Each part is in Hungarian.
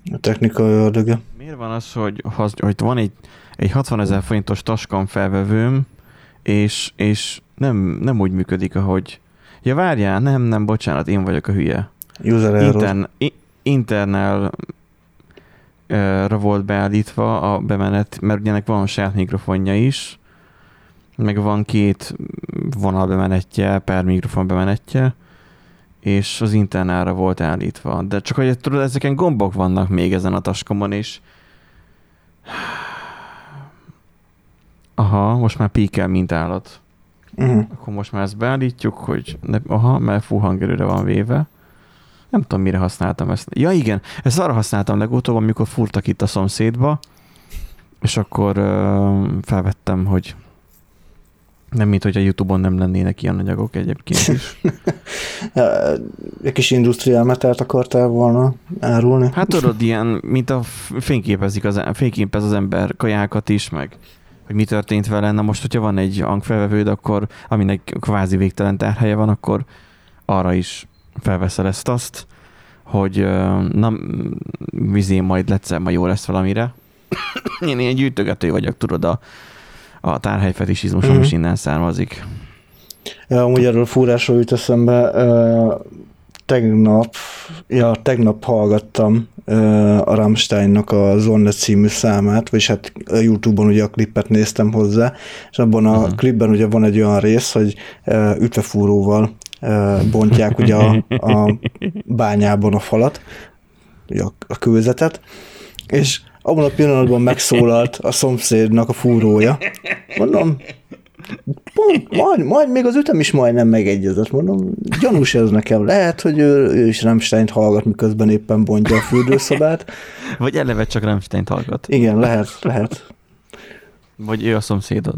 A technikai ördöge. Miért van az, hogy van egy 60 000 forintos Tascam felvevőm, és nem úgy működik, ahogy... Ja, várjál, nem, bocsánat, én vagyok a hülye. User error. Internelra volt beállítva a bemenet, mert ugye van saját mikrofonja is, meg van 2 vonal bemenetje, per mikrofon bemenetje, és az internelra volt állítva. De csak hogy tudod, ezeken gombok vannak még ezen a Tascamon, és aha, most már píkel, mint állat. Akkor most már ezt beállítjuk, hogy mert full hangerőre van véve. Nem tudom, mire használtam ezt. Ja igen, ezt arra használtam legutóbb, amikor fúrtak itt a szomszédba, és akkor felvettem, hogy nem, mint hogy a YouTube-on nem lennének ilyen anyagok egyébként is. Egy kis industrial metalt akartál volna árulni? Hát tudod, ilyen, mint a fényképez az ember kajákat is, meg hogy mi történt vele. Na most, hogyha van egy hangfelvevőd, akkor aminek kvázi végtelen tárhelye van, akkor arra is felveszel ezt-azt, hogy majd egyszer ma jó lesz valamire. Én ilyen gyűjtögető vagyok, tudod, a tárhelyfetisizmusom is innen származik. Ja, amúgy erről a fúrásról jut eszembe, tegnap hallgattam a Rammsteinnak a Sonne című számát, vagyis hát a YouTube-on ugye a klipet néztem hozzá, és abban a klipben ugye van egy olyan rész, hogy ütvefúróval bontják ugye a bányában a falat, ugye a kőzetet, és abban a pillanatban megszólalt a szomszédnak a fúrója. Mondom, majd még az ütem is majdnem megegyezett. Mondom, gyanús ez nekem. Lehet, hogy ő is Rammsteint hallgat, miközben éppen bontja a fürdőszobát. Vagy eleve csak Rammsteint hallgat. Igen, lehet. Vagy ő a szomszédod.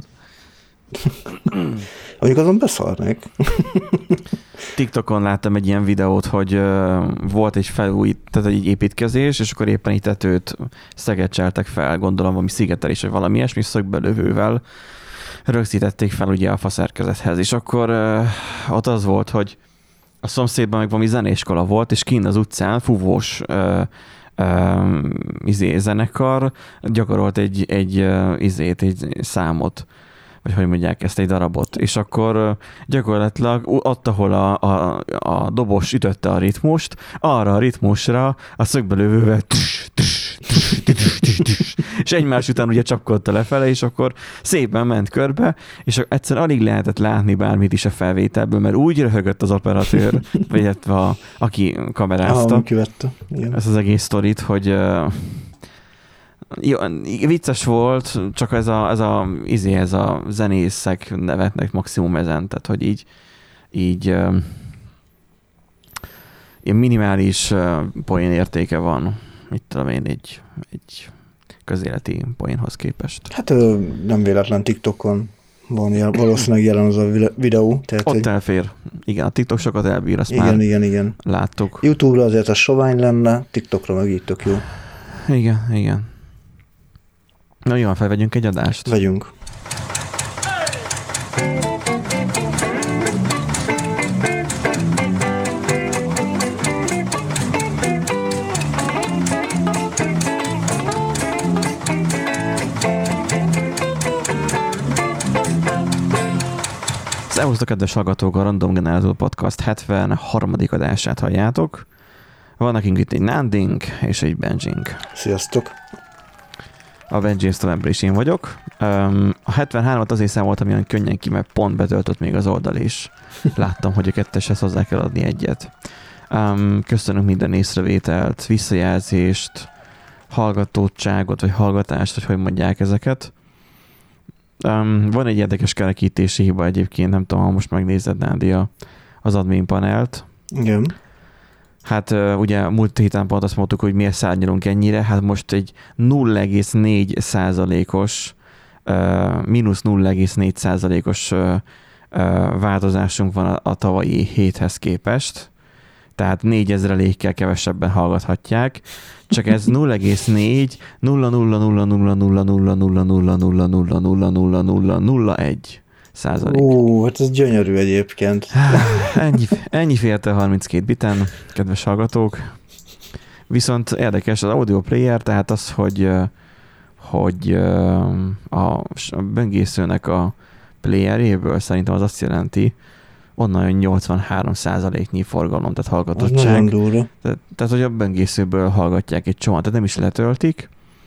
Mondjuk azon beszarnék. TikTokon láttam egy ilyen videót, hogy volt egy tehát egy építkezés, és akkor éppen egy tetőt szegecseltek fel, gondolom valami szigetelés, vagy valami ilyesmi szögbelövővel rögzítették fel ugye a faszerkezethez. És akkor ott az volt, hogy a szomszédban meg valami zenéskola volt, és kint az utcán fúvós zenekar gyakorolt egy számot, vagy hogy mondják ezt, egy darabot. És akkor gyakorlatilag ott, ahol a dobos ütötte a ritmust, arra a ritmusra a szögbelövővel és egymás után ugye csapkodta lefele, és akkor szépen ment körbe, és egyszer alig lehetett látni bármit is a felvételből, mert úgy röhögött az operatőr, vagy aki kamerázta ezt az egész sztorit, hogy jó, vicces volt, csak ez a zenészek nevetnek maximum ezen, tehát hogy így ilyen minimális poén értéke van, mit tudom én, egy közéleti poénhoz képest. Hát nem véletlen TikTokon van valószínűleg jelen az a videó. Tehát ott elfér. Igen, a TikTok sokat elbír, azt igen. láttuk. YouTube-ra azért a sovány lenne, TikTokra meg így tök jó. Igen. Na jó, felvegyünk egy adást? Vegyünk. Szervusztok, kedves hallgatók, a Random Generator Podcast 73. adását halljátok. Van nekünk itt egy Nándink és egy Benjink. Sziasztok! A Benji továbbra is én vagyok. A 73-at azért számoltam olyan könnyen ki, mert pont betöltött még az oldal is. Láttam, hogy a ketteshez hozzá kell adni egyet. Köszönöm minden észrevételt, visszajelzést, hallgatótságot, vagy hallgatást, hogy mondják ezeket. Van egy érdekes kerekítési hiba egyébként, nem tudom, ha most megnézed, Nádi, az admin panelt. Igen. Hát ugye múlt héten pont azt mondtuk, hogy miért szárnyalunk ennyire, hát most egy 0,4%-os, mínusz 0,4%-os változásunk van a tavalyi héthez képest, tehát 4000-lékkel kevesebben hallgathatják, csak ez 0,4 0,0000000000001 százalék. Ó, hát ez gyönyörű egyébként. Ennyi félte 32 biten, kedves hallgatók. Viszont érdekes az audio player, tehát az, hogy a böngészőnek a playeréből szerintem az azt jelenti, onnan 83%-nyi forgalom, tehát hallgatottság. Tehát, hogy a böngészőből hallgatják egy csomót, tehát nem is letöltik,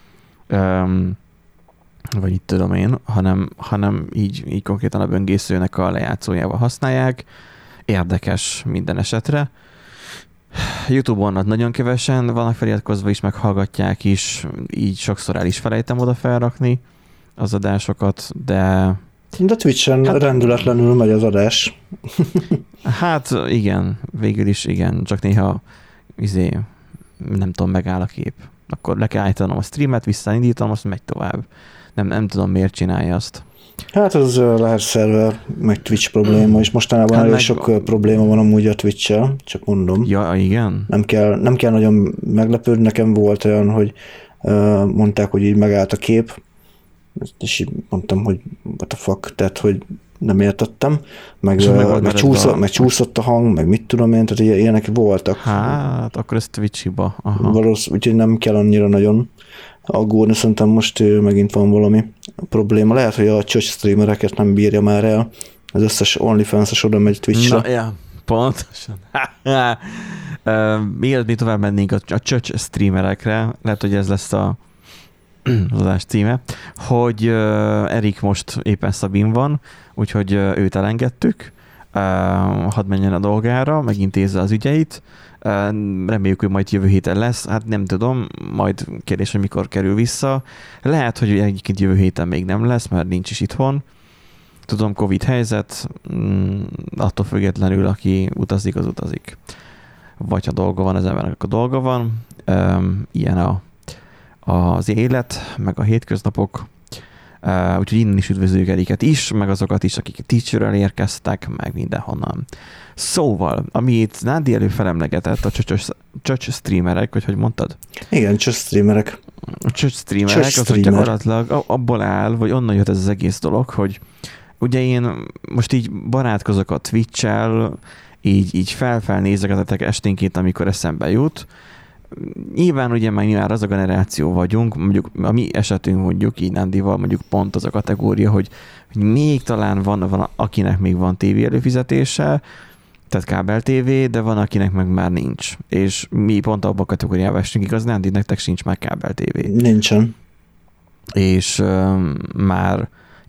vagy itt tudom én, hanem így konkrétan a böngészőnek a lejátszójával használják. Érdekes minden esetre. YouTube-on nagyon kevesen vannak feliratkozva is, meg hallgatják is, így sokszor el is felejtem oda felrakni az adásokat, de Twitch-en rendületlenül megy az adás. Hát igen, végül is igen, csak néha nem tudom, megáll a kép. Akkor le kell állítanom a streamet, visszaindítanom, azt megy tovább. Nem tudom, miért csinálja azt. Hát az lehet szerver, meg Twitch probléma, és mostanában elég sok probléma van amúgy a Twitch-el, csak mondom. Ja, igen? Nem kell nagyon meglepődni, nekem volt olyan, hogy mondták, hogy így megállt a kép, és így mondtam, hogy what the fuck, tehát, hogy nem értettem, meg csúszott a hang, meg mit tudom én, tehát ilyenek voltak. Hát, akkor ez Twitch-hiba. Valószínűleg, úgyhogy nem kell annyira nagyon aggódni, szerintem most megint van valami probléma. Lehet, hogy a Twitch streamereket nem bírja már el, az összes OnlyFans-es oda megy Twitch-re. Na, ja, pontosan. Mielőtt mi tovább mennénk a Twitch streamerekre, lehet, hogy ez lesz az adás címe, hogy Erik most éppen Szabin van, úgyhogy őt elengedtük, hadd menjen a dolgára, megintézze az ügyeit, reméljük, hogy majd jövő héten lesz, hát nem tudom, majd kérdés, hogy mikor kerül vissza. Lehet, hogy egyébként jövő héten még nem lesz, mert nincs is itthon. Tudom, Covid helyzet, attól függetlenül, aki utazik, az utazik. Vagy ha dolga van az embernek, akkor dolga van. Ilyen az élet, meg a hétköznapok. Úgyhogy innen is üdvözlők Eriket is, meg azokat is, akik Teacherrel érkeztek, meg mindenhonnan. Szóval, amit Nádi előfelemlegetett, a csöcs streamerek, vagy hogy mondtad? Igen, csöcs streamerek. A csöcs streamerek, azok gyakorlatilag abból áll, vagy onnan jött ez az egész dolog, hogy ugye én most így barátkozok a Twitch-el, így felnézegetetek esténként, amikor eszembe jut. Nyilván ugye már az a generáció vagyunk, mondjuk a mi esetünk mondjuk így Nándival mondjuk pont az a kategória, hogy még talán van akinek még van tévé előfizetése, tehát kábel tévé, de van akinek meg már nincs. És mi pont abban a kategóriában esünk, igaz, Nándi, nektek sincs már kábel tévé. Nincsen. És már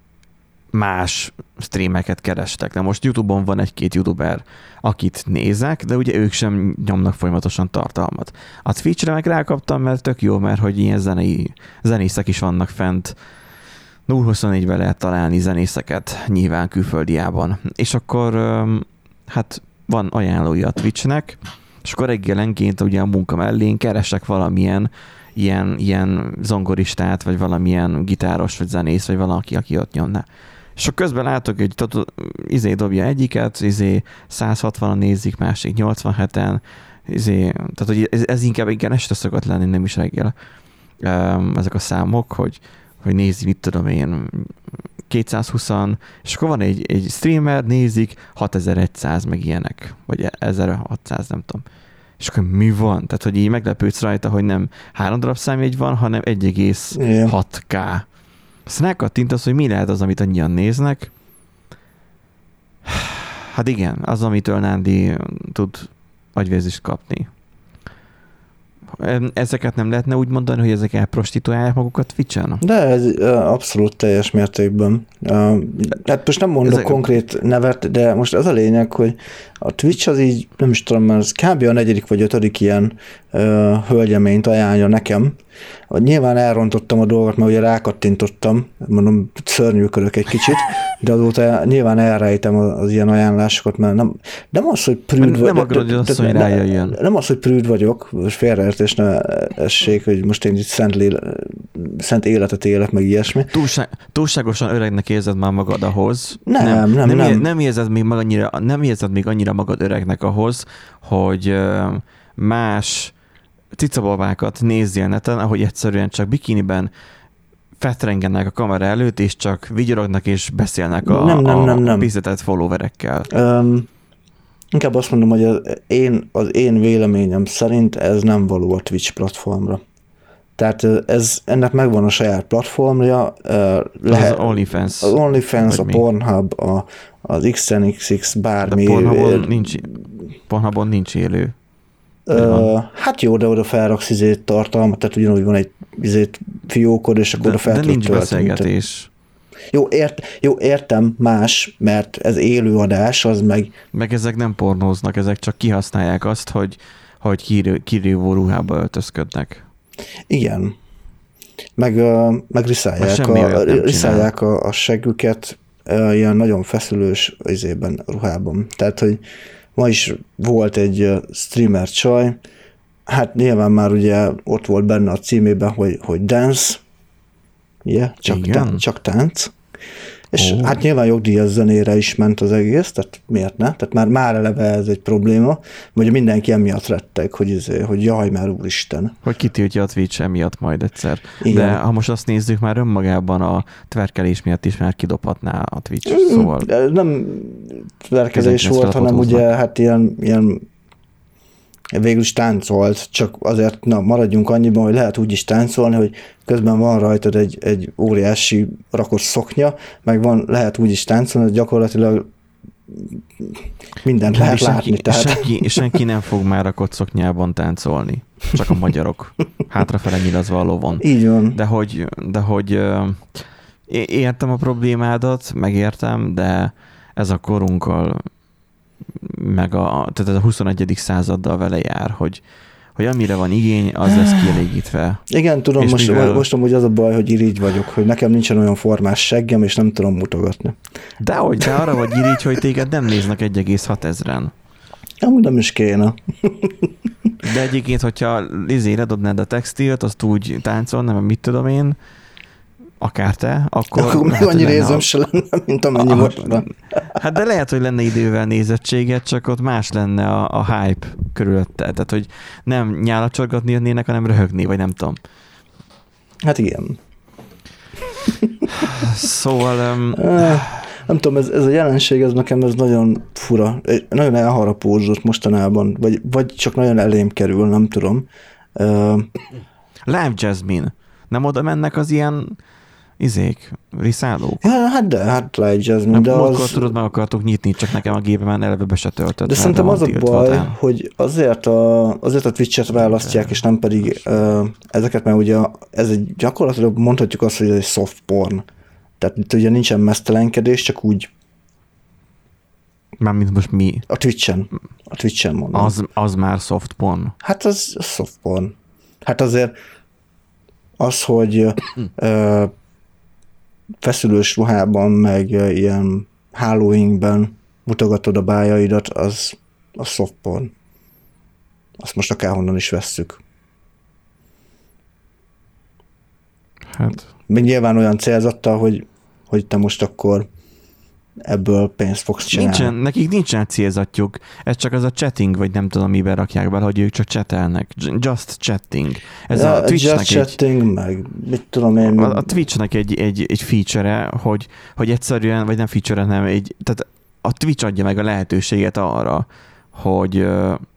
más streameket kerestek. De most YouTube-on van egy-két YouTuber, akit nézek, de ugye ők sem nyomnak folyamatosan tartalmat. A Twitch-re meg rákaptam, mert tök jó, mert hogy ilyen zenészek is vannak fent. 0-24-ben lehet találni zenészeket, nyilván külföldiában. És akkor hát van ajánlója a Twitch-nek, és akkor reggelenként ugye a munka mellén keresek valamilyen ilyen zongoristát, vagy valamilyen gitáros, vagy zenész, vagy valaki, aki ott nyomná. És akkor közben látok, hogy dobja egyiket, 160-an nézik, másik 87-en, tehát hogy ez inkább igen este szokott lenni, nem is reggel. Ezek a számok, hogy nézi, mit tudom én, 220-an, és akkor van egy streamer, nézik 6100, meg ilyenek, vagy 1600, nem tudom. És akkor mi van? Tehát, hogy így meglepődsz rajta, hogy nem 3 darab számjegy van, hanem 1,6K. Aztán elkattintasz, hogy mi lehet az, amit annyian néznek. Hát igen, az, amitől Nándi tud agyvérzést kapni. Ezeket nem lehetne úgy mondani, hogy ezek elprostituálják magukat Twitch-en? De ez abszolút teljes mértékben. Hát most nem mondok konkrét nevet, de most az a lényeg, hogy a Twitch az így, nem is tudom, mert ez kb. A 4. vagy 5. ilyen hölgyeményt ajánlja nekem. Nyilván elrontottam a dolgot, mert ugye rákattintottam, mondom, szörnyűködök egy kicsit, de azóta nyilván elrejtem az ilyen ajánlásokat, mert nem az, hogy prűd vagyok. Nem az, hogy prűd vagyok, félreértés ne essék, hogy most én itt szent életet élek, meg ilyesmi. Túlságosan öregnek érzed már magad ahhoz. Nem érzed még annyira magad öregnek ahhoz, hogy más cicababákat nézzél neten, ahogy egyszerűen csak bikiniben fetrengenek a kamera előtt, és csak vigyorognak és beszélnek a fizetett followerekkel. Inkább azt mondom, hogy az én véleményem szerint ez nem való a Twitch platformra. Tehát ennek megvan a saját platformja. Az OnlyFans. Az OnlyFans, a Pornhub, az XNXX, bármi. De Pornhubon nincs élő. Hát jó, de oda felraksz tartalmat, tehát ugyanúgy van egy fiókod, és akkor oda fel de nincs beszélgetés. Jó, értem, más, mert ez élőadás, az meg... Meg ezek nem pornóznak, ezek csak kihasználják azt, hogy kirívó ruhába öltözködnek. Igen. Meg riszálják a seggüket ilyen nagyon feszülős ruhában. Tehát, hogy ma is volt egy streamer csaj, hát nyilván már ugye ott volt benne a címében, hogy dance, csak tánc. És hát nyilván jogdíjas zenére is ment az egész, tehát miért ne? Tehát már eleve ez egy probléma, hogy mindenki emiatt retteg, hogy jaj, már úristen. Hogy kitiltja a Twitch emiatt majd egyszer. Igen. De ha most azt nézzük, már önmagában a tverkelés miatt is már kidobhatná a Twitch, szóval... Nem tverkelés volt, hanem ugye hát ilyen végül is táncolt, csak azért maradjunk annyiban, hogy lehet úgy is táncolni, hogy közben van rajtad egy óriási rakott szoknya, meg lehet úgy is táncolni, hogy gyakorlatilag mindent lehet látni. Senki nem fog már rakott szoknyában táncolni, csak a magyarok. Hátrafele nyilazva a lovon. Így van. De hogy értem a problémádat, megértem, de ez a korunkkal tehát ez a 21. századdal vele jár, hogy amire van igény, az lesz kielégítve. Igen, tudom, most amúgy az a baj, hogy irigy vagyok, hogy nekem nincsen olyan formás seggem, és nem tudom mutogatni. De arra vagy irigy, hogy téged nem néznek 1,6 ezren. Amúgy nem is kéne. De egyébként, hogyha ledobnád a textilt, azt úgy táncolna, mert mit tudom én, akár te, akkor még annyi nézőm se lenne, mint amennyi most van. Hát de lehet, hogy lenne idővel nézettséget, csak ott más lenne a hype körülötte. Tehát, hogy nem nyálacsorgatni jönnének, hanem röhögni, vagy nem tudom. Hát igen. Szóval... nem tudom, ez a jelenség, ez nekem ez nagyon fura. Nagyon elharapózott mostanában, vagy csak nagyon elém kerül, nem tudom. Live Jasmine. Nem oda mennek az ilyen riszálók? Hát Live Jasmine, de az... tudod, meg akartok nyitni, csak nekem a gépemen eleve be se töltött. De szerintem az a baj, hogy azért a Twitch-et választják, és nem pedig ezeket, mert ugye gyakorlatilag mondhatjuk azt, hogy ez egy soft porn. Tehát itt ugye nincsen mesztelenkedés, csak úgy... Mármint most mi? A Twitch-en mondom. Az már soft porn? Hát az soft porn. Hát azért az, hogy feszülős ruhában, meg ilyen Halloweenben mutogatod a bájaidat, az soft porn. Azt most akárhonnan is vesszük. Hát... Még nyilván olyan célzattal, hogy te most akkor ebből pénzt fogsz csinálni. Nekik nincsen célzatjuk. Ez csak az a chatting, vagy nem tudom, miben rakják bele, hogy ők csak chattelnek. Just chatting. Ez a Twitchnek just chatting, meg mit tudom én. A Twitchnek egy feature-e, hogy egyszerűen, vagy nem feature, hanem tehát a Twitch adja meg a lehetőséget arra, hogy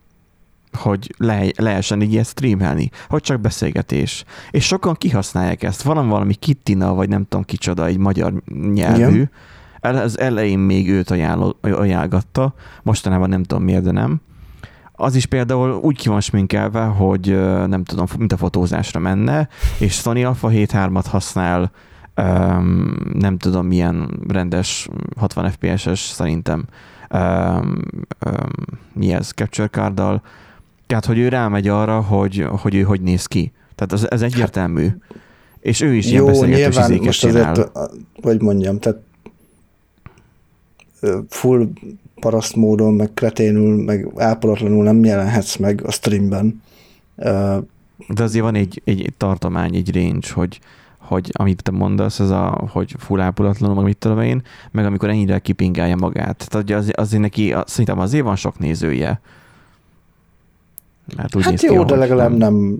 lehessen így ezt streamelni, hogy csak beszélgetés. És sokan kihasználják ezt. Van valami Kittina, vagy nem tudom kicsoda, egy magyar nyelvű. Igen. Az elején még őt ajánlgatta, mostanában nem tudom miért, de nem. Az is például úgy ki van sminkelve, hogy nem tudom, mint a fotózásra menne, és Sony Alpha 7.3-at használ, nem tudom milyen rendes 60 FPS-es szerintem mi ez, Capture Card-dal. Tehát, hogy ő rámegy arra, hogy ő hogy néz ki. Tehát ez egyértelmű. És ő is ilyen beszélgetős izéket csinál. Azért, hogy mondjam, tehát full paraszt módon, meg kreténül, meg ápolatlanul nem jelenhetsz meg a streamben. De azért van egy tartomány, egy range, hogy amit te mondasz, hogy full ápolatlanul, meg mit tudom én, meg amikor ennyire kipingálja magát. Tehát azért neki szerintem azért van sok nézője. Hát jó, de legalább nem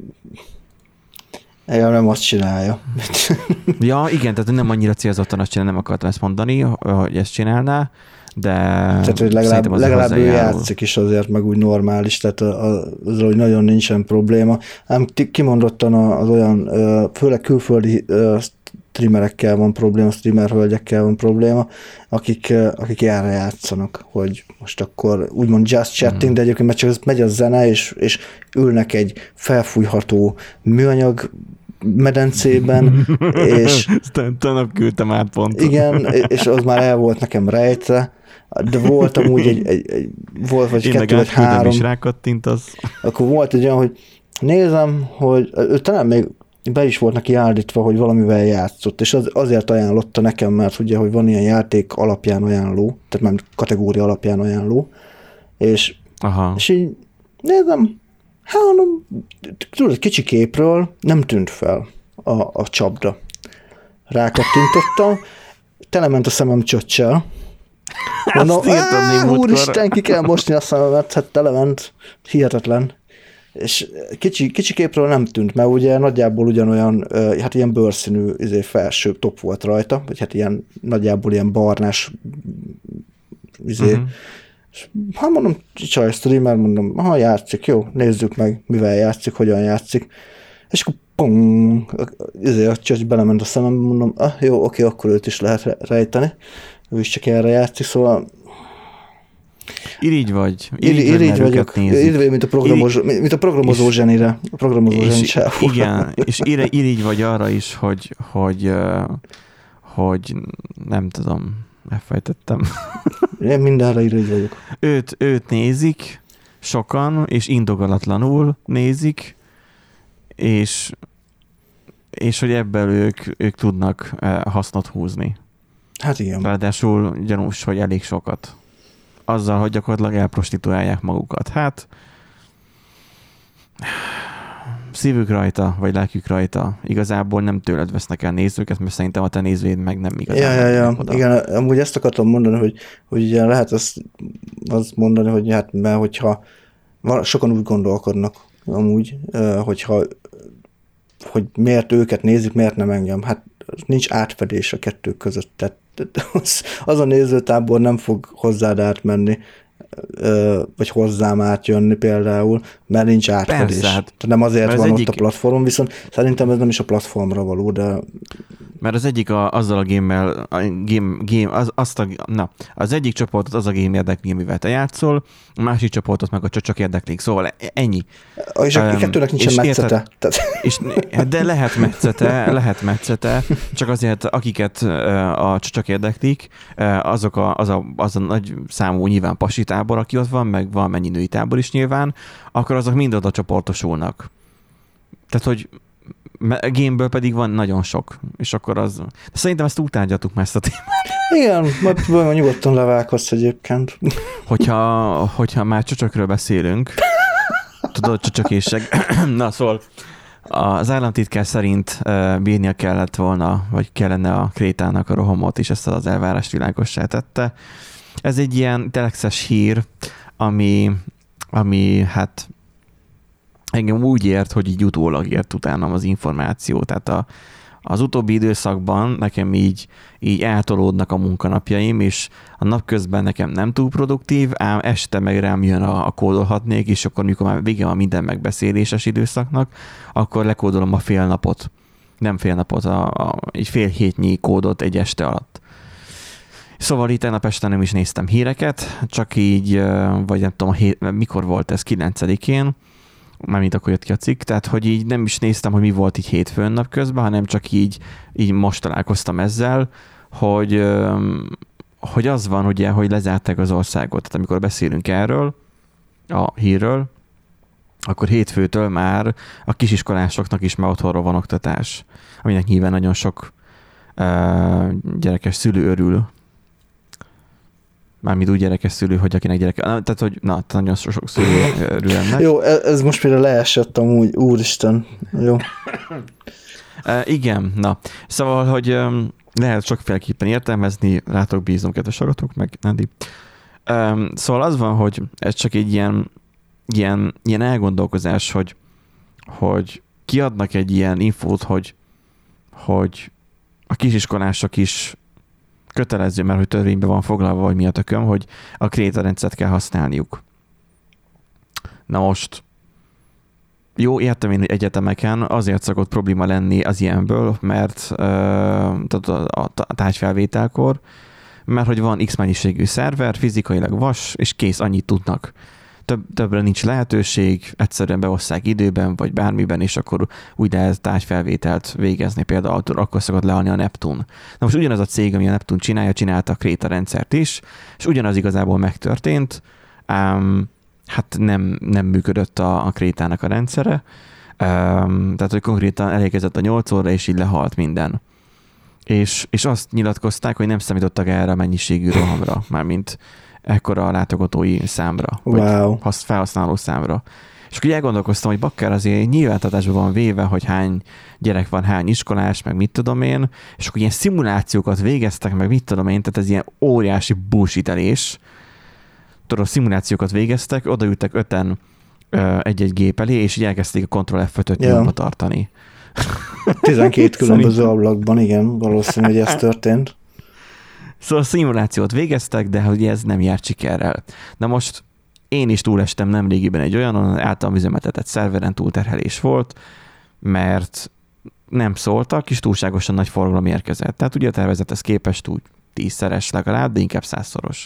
azt csinálja. Ja, igen, tehát nem annyira célzottan azt csinálja, nem akartam ezt mondani, hogy ezt csinálná, Tehát, hogy legalább ő játszik is azért, meg úgy normális, tehát azzal, hogy nagyon nincsen probléma. Ám kimondottan az olyan, főleg külföldi streamerekkel van probléma, streamerhölgyekkel van probléma, akik erre játszanak, hogy most akkor úgymond just chatting, de egyébként mert csak megy a zene, és ülnek egy felfújható műanyag medencében, és... Tanap küldtem át pont. Igen, és az már el volt nekem rejtve, de volt amúgy volt vagy 2 vagy 3. Is rákattintasz. Akkor volt egy olyan, hogy nézem, hogy ő talán még be is volt neki állítva, hogy valamivel játszott, és azért ajánlotta nekem, mert ugye, hogy van ilyen játék alapján ajánló, tehát már kategória alapján ajánló, és így nézem, tudod, kicsi képről nem tűnt fel a csapda. Rákattintottam, telement a szemem csöccsel. Mondom, úristen, ki kell mosni a szememet, hát telement, hihetetlen. És kicsi képről nem tűnt, mert ugye nagyjából ugyanolyan, hát ilyen bőrszínű felső top volt rajta, vagy hát ilyen nagyjából ilyen barnás és hát mondom, csaj streamer, mondom, játszik, jó, nézzük meg, mivel játszik, hogyan játszik. És akkor pong, a csöcs belement a szemembe, mondom, jó, oké, akkor őt is lehet rejteni. Ő is csak erre játszik, szóval Irigy vagyok. Irigy, mint a programozó zsenire. A programozó zseni sávú. Igen, és irigy vagy arra is, hogy nem tudom, elfejtettem. Én mindenre irigy vagyok. Őt nézik sokan, és indokolatlanul nézik, és hogy ebből ők tudnak hasznot húzni. Hát igen. Ráadásul gyanús, hogy elég sokat. Azzal, hogy gyakorlatilag elprostituálják magukat. Hát szívük rajta, vagy lelkük rajta. Igazából nem tőled vesznek el nézőket, mert szerintem a te nézőid meg nem igazán. Igen, amúgy ezt akartam mondani, hogy ugye lehet azt mondani, hogy hát, mert hogyha sokan úgy gondolkodnak amúgy, hogy miért őket nézik, miért nem engem. Hát nincs átfedés a kettő között. Tehát az a nézőtábor nem fog hozzád átmenni, vagy hozzám átjönni például, mert nincs átfedés. Persze, hát, nem azért van ott a platformon, viszont szerintem ez nem is a platformra való, de... Mert az egyik azzal a gémmel, az egyik csoportot az a game érdekli, amivel te játszol, a másik csoportot meg a csak érdeklik, szóval ennyi. És a kettőnek nincsen metszete. De lehet metszete, csak azért akiket a csak érdeklik, az a nagy számú nyilván pasi tábor, aki ott van, meg valamennyi női tábor is nyilván, akkor azok mind oda csoportosulnak. Tehát, hogy a gameből pedig van nagyon sok, és akkor az... Szerintem ezt túltárgyaltuk már ezt a témát. Igen, majd nyugodtan leválkozz egyébként. Hogyha már csöcsökről beszélünk, tudod, csöcsökések. Na, szóval az államtitkár szerint bírnia kellett volna, vagy kellene a Krétának a rohamot, és ezt az elvárást világossá tette. Ez egy ilyen telexes hír, ami hát engem úgy ért, hogy így utólag ért utánam az információ. Tehát az utóbbi időszakban nekem így eltolódnak a munkanapjaim, és a napközben nekem nem túl produktív, ám este meg rám jön a kódolhatnék, és akkor mikor már vége van minden megbeszéléses időszaknak, akkor lekódolom a fél napot. Nem fél napot, egy fél hétnyi kódot egy este alatt. Szóval itt tegnap este nem is néztem híreket, csak így, vagy nem tudom, mikor volt ez, 9-én, mármint akkor jött ki a cikk, tehát hogy így nem is néztem, hogy mi volt így hétfőn napközben, hanem csak így most találkoztam ezzel, hogy az van ugye, hogy lezárták az országot. Tehát amikor beszélünk erről, a hírről, akkor hétfőtől már a kisiskolásoknak is már otthonról van oktatás, aminek nyilván nagyon sok gyerekes szülő örül. Mármint úgy gyerekes szülő, hogy akinek gyereke... Tehát, hogy nagyon sok szülő örül ennek. Jó, ez most mire leesett amúgy, úristen. Jó. Igen, na. Szóval, hogy lehet sokféleképpen értelmezni, rátok bízom, kedves hallgatók, meg Nandi. Szóval az van, hogy ez csak egy ilyen elgondolkozás, hogy kiadnak egy ilyen infót, hogy a kisiskolások is kötelező, mert hogy törvényben van foglalva, vagy mi a tököm, hogy a krétarendszert kell használniuk. Na most, jó, értem én, hogy egyetemeken azért szokott probléma lenni az ilyenből, mert a tárgyfelvételkor, mert hogy van X mennyiségű szerver, fizikailag vas, és kész, annyit tudnak. Többre nincs lehetőség, egyszerűen beosszák időben, vagy bármiben, és akkor úgy lehet tárgyfelvételt végezni. Például akkor szokott lehalni a Neptun. Na most ugyanaz a cég, ami a Neptun csinálta a Kréta rendszert is, és ugyanaz igazából megtörtént, hát nem működött a Krétának a rendszere, tehát hogy konkrétan elérkezett a 8 óra, és így lehalt minden. És azt nyilatkozták, hogy nem számítottak erre a mennyiségű rohamra, mármint ekkora a látogatói számra, wow. vagy felhasználó számra. És akkor elgondolkoztam, hogy bakker azért nyilvántartásban van véve, hogy hány gyerek van, hány iskolás, meg mit tudom én, és akkor ilyen szimulációkat végeztek, meg mit tudom én, tehát ez ilyen óriási bullshitelés. Tudod, szimulációkat végeztek, odaültek 5-en egy-egy gép elé, és így elkezdték a Ctrl F5-öt nyomba tartani. 12 különböző ablakban, igen, valószínű, hogy ez történt. Szóval szimulációt végeztek, de ugye ez nem járt sikerrel. Na most én is túlestem nemrégiben egy olyanon, általam üzemeltetett szerveren túlterhelés volt, mert nem szóltak, és túlságosan nagy forgalom érkezett. Tehát ugye a tervezethez képest úgy 10-szeres legalább, de inkább 100-szoros.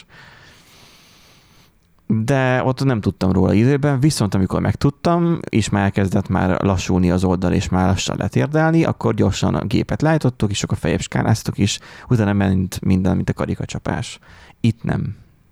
De ott nem tudtam róla időben, viszont amikor megtudtam, és már elkezdett már lassulni az oldal, és már lassan letérdelni, akkor gyorsan a gépet leállítottuk, és akkor feljebb skáláztuk is, utána ment minden, mint a karikacsapás. Itt nem.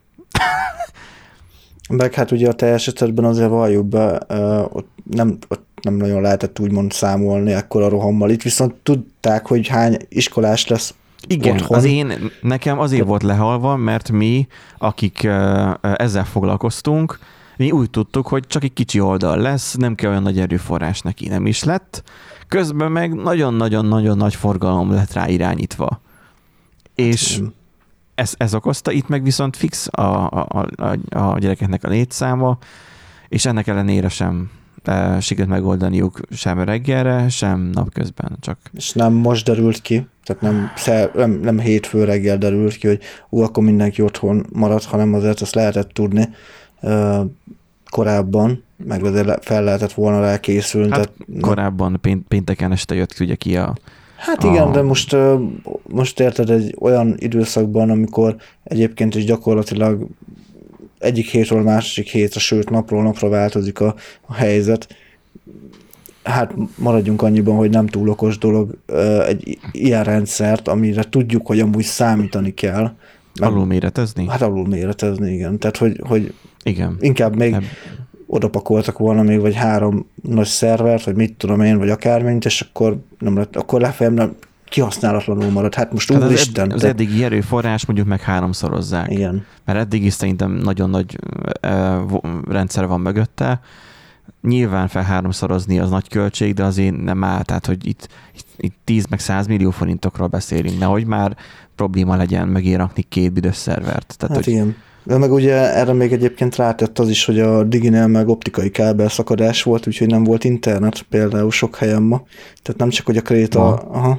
Meg hát ugye a te esetedben azért valljuk be, ott nem nagyon lehetett úgymond számolni ekkor a rohammal. Itt viszont tudták, hogy hány iskolás lesz. Igen, nekem azért volt lehalva, mert mi, akik ezzel foglalkoztunk, mi úgy tudtuk, hogy csak egy kicsi oldal lesz, nem kell olyan nagy erőforrás neki, nem is lett. Közben meg nagyon-nagyon-nagyon nagy forgalom lett rá irányítva. És ez okozta, itt meg viszont fix a gyerekeknek a létszáma, és ennek ellenére sem sikerült megoldaniuk sem reggelre, sem napközben. Csak. És nem most derült ki, tehát nem hétfő reggel derült ki, hogy akkor mindenki otthon maradt, hanem azért ezt lehetett tudni korábban, meg azért fel lehetett volna rá készülni. Hát tehát, korábban pénteken este jött ugye ki a... Hát igen, de most érted egy olyan időszakban, amikor egyébként is gyakorlatilag egyik hétről másik hétre, sőt napról napra változik a helyzet. Hát maradjunk annyiban, hogy nem túl okos dolog egy ilyen rendszert, amire tudjuk, hogy amúgy számítani kell. Alulméretezni? Hát alulméretezni, igen. Tehát, hogy igen. Inkább még odapakoltak volna még, vagy 3 nagy szervert, vagy mit tudom én, vagy akármint, és akkor nem lett, akkor legfeljebb kihasználatlanul marad. Hát most úristen. Az eddigi erőforrás mondjuk meg 3-szorozzák. Igen. Mert eddig is szerintem nagyon nagy rendszer van mögötte. Nyilván fel 3-szorozni az nagy költség, de azért nem áll. Tehát, hogy itt 10 meg 100 millió forintokról beszélünk. Nehogy már probléma legyen mögé rakni 2 büdös szervert. Tehát, hát igen. De meg ugye erre még egyébként rátett az is, hogy a Diginel meg optikai kábel szakadás volt, úgyhogy nem volt internet például sok helyen ma. Tehát nem csak, hogy a Kréta... Aha.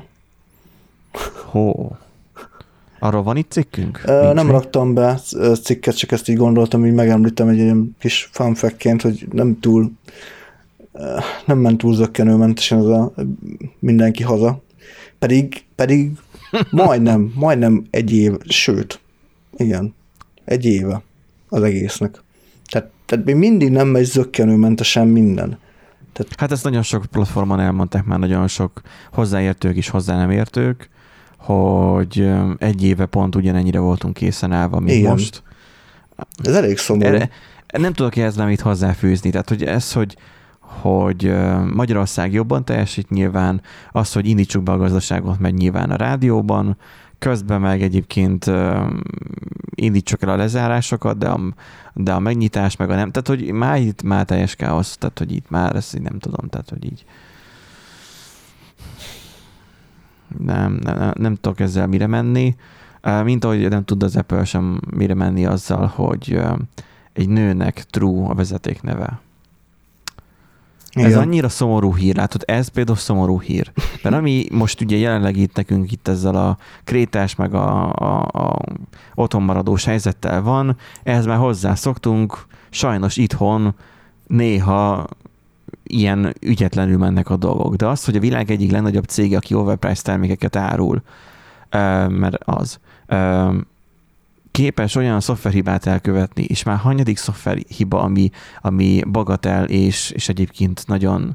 Arról van itt cikkünk? Nem raktam be cikket, csak ezt így gondoltam, hogy megemlítem egy ilyen kis fun fact-ként, hogy nem ment túl zökkenőmentesen az a mindenki haza. Pedig majdnem egy év, sőt, igen, egy éve az egésznek. Tehát még mindig nem megy zökkenőmentesen minden. Hát ezt nagyon sok platformon elmondták már, nagyon sok hozzáértők is, hozzá nem értők, hogy egy éve pont ugyanennyire voltunk készen állva, mint igen. Most. Ez elég szomorú. Nem tudok ehhez mit hozzáfűzni. Tehát, hogy ez, hogy Magyarország jobban teljesít nyilván, az, hogy indítsuk be a gazdaságot, meg nyilván a rádióban, közben meg egyébként indítsuk el a lezárásokat, de a megnyitás, meg a nem. Tehát, hogy már teljes káosz, tehát, hogy itt már ezt nem tudom, tehát, hogy így nem tudok ezzel mire menni, mint ahogy nem tud az Apple sem mire menni azzal, hogy egy nőnek True a vezetékneve. Ez annyira szomorú hír, látod, ez például szomorú hír. Mert ami most ugye jelenleg itt nekünk itt ezzel a krétás meg a otthonmaradós helyzettel van, ehhez már hozzászoktunk, sajnos itthon néha ilyen ügyetlenül mennek a dolgok. De az, hogy a világ egyik legnagyobb cége, aki overpriced termékeket árul, mert az képes olyan szoftverhibát elkövetni, és már hanyadik szoftverhiba, ami bagatel, és egyébként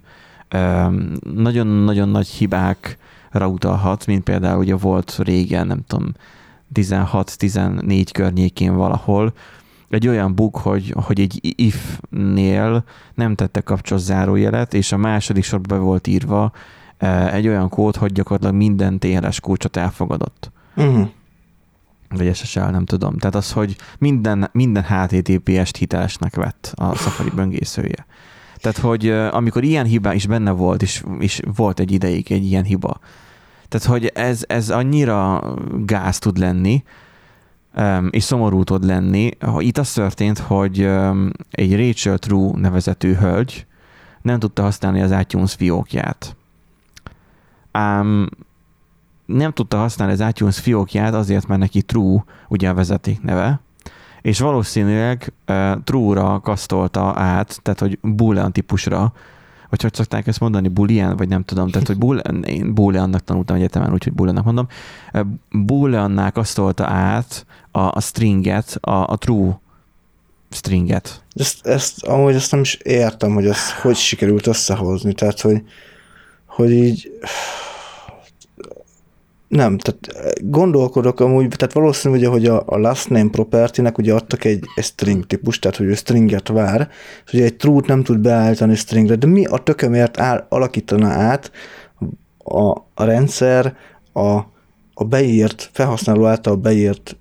nagyon nagy hibákra utalhat, mint például ugye volt régen, nem tudom, 16-14 környékén valahol, egy olyan bug, hogy egy if-nél nem tette kapcsolat zárójelet, és a második sorban be volt írva egy olyan kód, hogy gyakorlatilag minden TLS kulcsot elfogadott. Uh-huh. Vagy SSL, nem tudom. Tehát az, hogy minden HTTPS-t hitelesnek vett a Safari böngészője. Tehát, hogy amikor ilyen hiba is benne volt, és volt egy ideig egy ilyen hiba. Tehát, hogy ez annyira gáz tud lenni, és szomorú tud lenni. Itt az történt, hogy egy Rachel True nevezetű hölgy nem tudta használni az iTunes fiókját. Nem tudta használni az iTunes fiókját azért, mert neki True ugye a vezeték neve, és valószínűleg True-ra kasztolta át, tehát hogy Boolean típusra, vagy hogy szokták ezt mondani, Boolean, vagy nem tudom, tehát hogy én Booleannak tanultam egyetemen, úgyhogy Booleannak mondom, Booleannál kasztolta át a stringet, a True stringet. Amúgy ezt nem is értem, hogy ezt hogy sikerült összehozni, tehát hogy így nem, tehát gondolkodok amúgy, tehát valószínű, hogy a last name property-nek ugye adtak egy string típus, tehát hogy ő stringet vár, és ugye egy true-t nem tud beállítani stringre, de mi a tökömért alakítana át a rendszer a beírt, felhasználó által beírt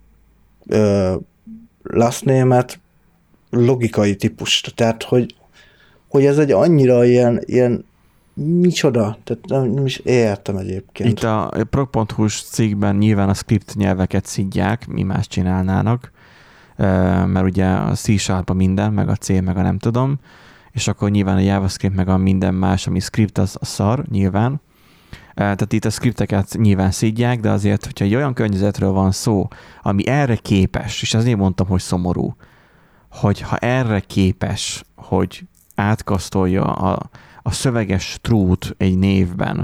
last name-et logikai típusra, tehát hogy ez egy annyira ilyen micsoda? Tehát nem is értem egyébként. Itt a prog.hu-s cikkben nyilván a script nyelveket szidják, mi más csinálnának, mert ugye a C# minden, meg a C, meg a nem tudom, és akkor nyilván a JavaScript, meg a minden más, ami script, az a szar, nyilván. Tehát itt a scripteket nyilván szidják, de azért, hogyha egy olyan környezetről van szó, ami erre képes, és azért mondtam, hogy szomorú, hogy ha erre képes, hogy átkasztolja a szöveges true-t egy névben.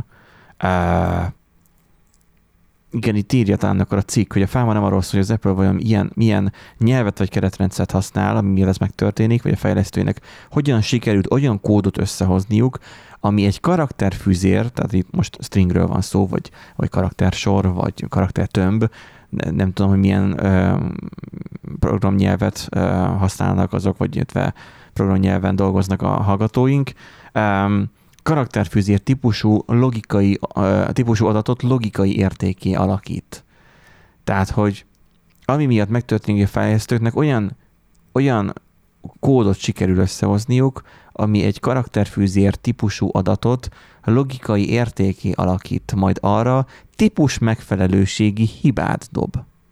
Igen, itt írja talán akkor a cikk, hogy a fáma nem arról szól, hogy az Apple vajon milyen nyelvet vagy keretrendszert használ, amivel ez megtörténik, vagy a fejlesztőinek hogyan sikerült olyan kódot összehozniuk, ami egy karakterfűzér, tehát itt most stringről van szó, vagy karaktersor, vagy karaktertömb, nem tudom, hogy milyen programnyelvet használnak azok, vagy illetve programnyelven dolgoznak a hallgatóink. Karakterfűzér típusú adatot logikai értékké alakít. Tehát, hogy ami miatt megtörténik a fejlesztőknek olyan kódot sikerül összehozniuk, ami egy karakterfűzér típusú adatot logikai értékké alakít, majd arra típus megfelelőségi hibát dob.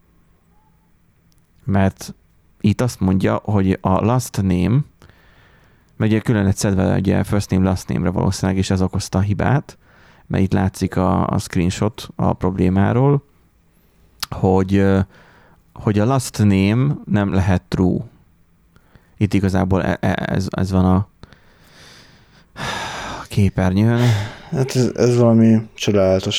Mert itt azt mondja, hogy a last name, mert ugye külön lett szedve ugye first name, last name-re valószínűleg, és ez okozta a hibát, mert itt látszik a screenshot a problémáról, hogy a last name nem lehet true. Itt igazából ez van a képernyőn. Hát ez valami csodálatos.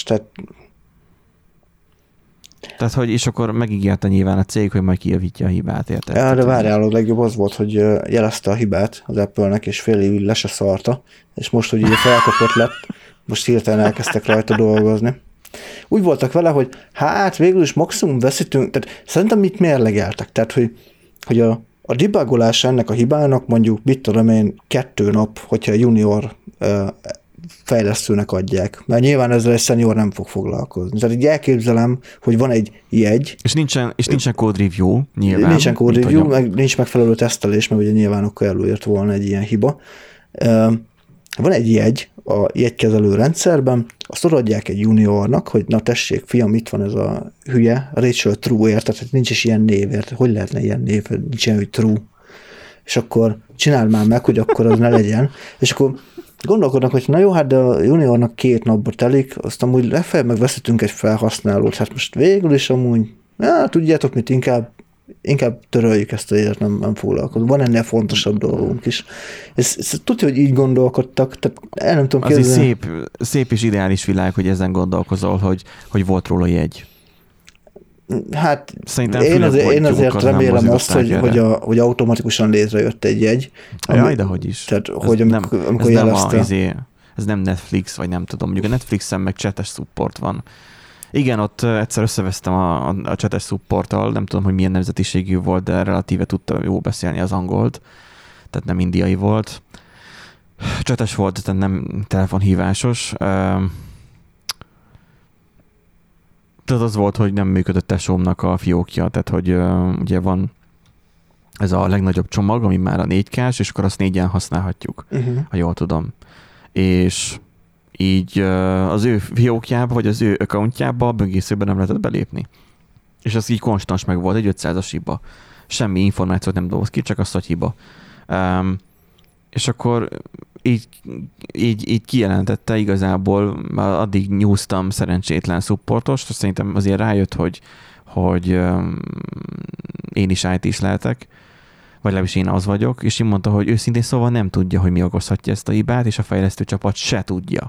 Tehát, hogy és akkor megígérte nyilván a cég, hogy majd kijavítja a hibát, érted? Ja, de várjál, a legjobb az volt, hogy jelezte a hibát az Apple-nek, és fél évig le se szarta, és most, hogy ugye felkapott lett, most hirtelen elkezdtek rajta dolgozni. Úgy voltak vele, hogy hát végül is maximum veszítünk, tehát szerintem itt mérlegeltek, tehát hogy a debugolása ennek a hibának mondjuk, mit tudom én, 2 nap, hogyha junior fejlesztőnek adják. Mert nyilván ezzel egy senior nem fog foglalkozni. Tehát így elképzelem, hogy van egy jegy. És nincsen code review, nyilván. Nincsen code review, meg nincs megfelelő tesztelés, mert ugye nyilván akkor előírt volna egy ilyen hiba. Van egy jegy a jegykezelő rendszerben, azt odaadják egy juniornak, hogy na tessék, fiam, itt van ez a hülye, Rachel True-ért, tehát nincs is ilyen névért. Hogy lehetne ilyen név, nincs ilyen, hogy True. És akkor csináld már meg, hogy akkor az ne legyen. És akkor gondolkodnak, hogy na jó, hát de a juniornak 2 napba telik, azt amúgy lefelé megveszítünk egy felhasználót, hát most végül is amúgy, tudjátok mit, inkább töröljük ezt a élet, nem foglalkozunk. Van ennél fontosabb dolgunk is. Ez tudja, hogy így gondolkodtak, tehát el nem tudom képzelni. Az egy szép és ideális világ, hogy ezen gondolkozol, hogy volt róla jegy. Hát én azért remélem azt, hogy automatikusan létrejött egy jegy. Jaj, de hogy is. Tehát, hogy amikor jelezte. Ez nem Netflix, vagy nem tudom. Mondjuk a Netflixen meg csetes support van. Igen, ott egyszer összevesztem a csetes supporttal, nem tudom, hogy milyen nemzetiségű volt, de relatíve tudta jól beszélni az angolt, tehát nem indiai volt. Csetes volt, tehát nem telefonhívásos. Tehát az volt, hogy nem működött tesómnak a fiókja, tehát hogy ugye van ez a legnagyobb csomag, ami már a 4K-s, és akkor azt 4-en használhatjuk, ha jól tudom. És így az ő fiókjába, vagy az ő accountjába a böngészőben nem lehetett belépni. És az így konstans meg volt, egy 500-as hiba. Semmi információt nem dolgoz ki, csak az, hogy hiba. És akkor így kijelentette igazából, addig nyúztam szerencsétlen supportost, szerintem azért rájött, hogy én is IT-s lehetek, vagy legalábbis én az vagyok, és így mondta, hogy őszintén szóval nem tudja, hogy mi okozhatja ezt a hibát, és a fejlesztő csapat se tudja.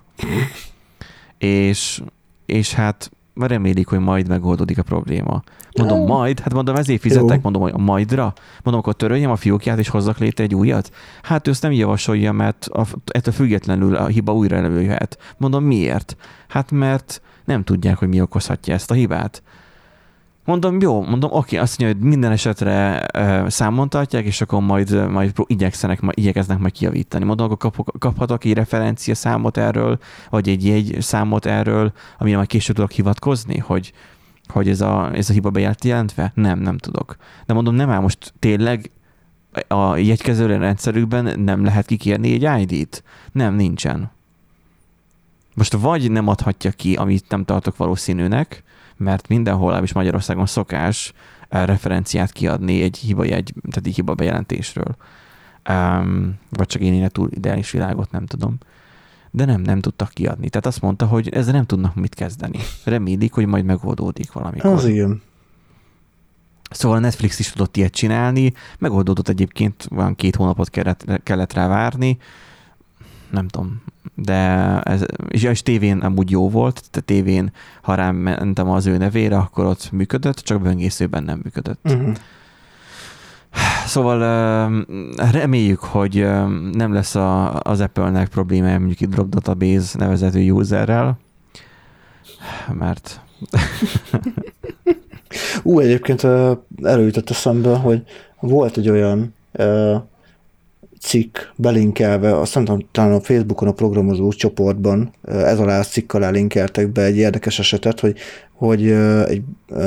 és hát remélik, hogy majd megoldódik a probléma. Mondom, majd? Hát mondom, ezért fizetek, mondom, hogy a majdra? Mondom, akkor töröljem a fiókját, és hozzak létre egy újat? Hát ő ezt nem javasolja, mert ettől függetlenül a hiba újra előjöhet. Mondom, miért? Hát mert nem tudják, hogy mi okozhatja ezt a hibát. Mondom, jó, oké, azt mondja, hogy minden esetre számon tartják, és akkor majd igyekeznek majd kijavítani. Mondom, akkor kaphatok egy referencia számot erről, vagy egy jegyszámot erről, amire majd később tudok hivatkozni, hogy ez a hiba bejelentve? Nem tudok. De mondom, nem áll most tényleg a jegykezelő rendszerükben nem lehet kikérni egy ID-t? Nem, nincsen. Most vagy nem adhatja ki, amit nem tartok valószínűnek, mert mindenhol, is Magyarországon szokás referenciát kiadni egy hiba bejelentésről. Vagy csak én túl ideális világot, nem tudom. De nem tudtak kiadni. Tehát azt mondta, hogy ezzel nem tudnak mit kezdeni. Remélik, hogy majd megoldódik valamikor. Az igen. Szóval a Netflix is tudott ilyet csinálni, megoldódott egyébként, olyan 2 hónapot kellett rá várni, nem tudom, de és tévén amúgy jó volt, tehát tévén, ha rám mentem az ő nevére, akkor ott működött, csak böngészőben nem működött. Uh-huh. Szóval reméljük, hogy nem lesz az Apple-nek problémája mondjuk itt Drop Database nevezetű userrel, mert... Egyébként előjutott eszembe, hogy volt egy olyan cikk belinkelve, azt mondtam, talán a Facebookon a programozó csoportban ez alá a cikk alá linkeltek be egy érdekes esetet, hogy egy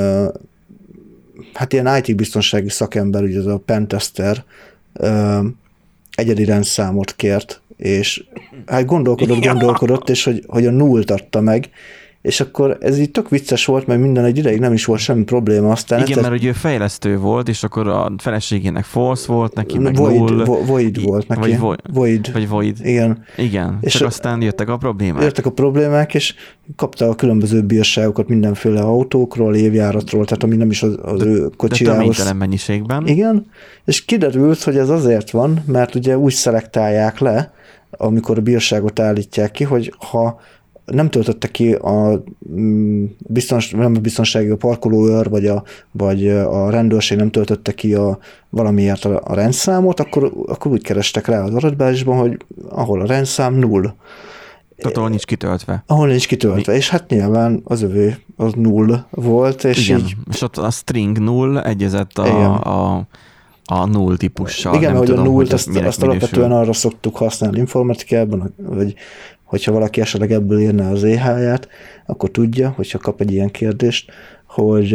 hát ilyen IT-biztonsági szakember, ugye ez a pentester egyedi rendszámot kért, és hát gondolkodott, és hogy a nullt adta meg, és akkor ez így tök vicces volt, mert minden egy ideig nem is volt semmi probléma. Aztán igen, mert ugye fejlesztő volt, és akkor a feleségének false volt, neki meg void volt neki. Vagy void. Igen. És csak aztán jöttek a problémák. És kapta a különböző bírságokat mindenféle autókról, évjáratról, tehát ami nem is az ő kocsijához. De töménytelen mennyiségben. Igen, és kiderült, hogy ez azért van, mert ugye úgy szelektálják le, amikor a bírságot állítják ki, hogy ha nem töltötte ki nem a biztonsági a parkolóőr, vagy a rendőrség nem töltötte ki valamiért a rendszámot, akkor úgy kerestek rá az adatbázisban, hogy ahol a rendszám 0. Tehát ahol nincs kitöltve. Ahol nincs kitöltve, és hát nyilván az övé az 0 volt. És igen, és ott a string 0 egyezett a null típussal. Igen, hogy a nullt azt alapvetően arra szoktuk használni informatikában, vagy hogyha valaki esetleg ebből írná az EH-ját, akkor tudja, hogyha kap egy ilyen kérdést, hogy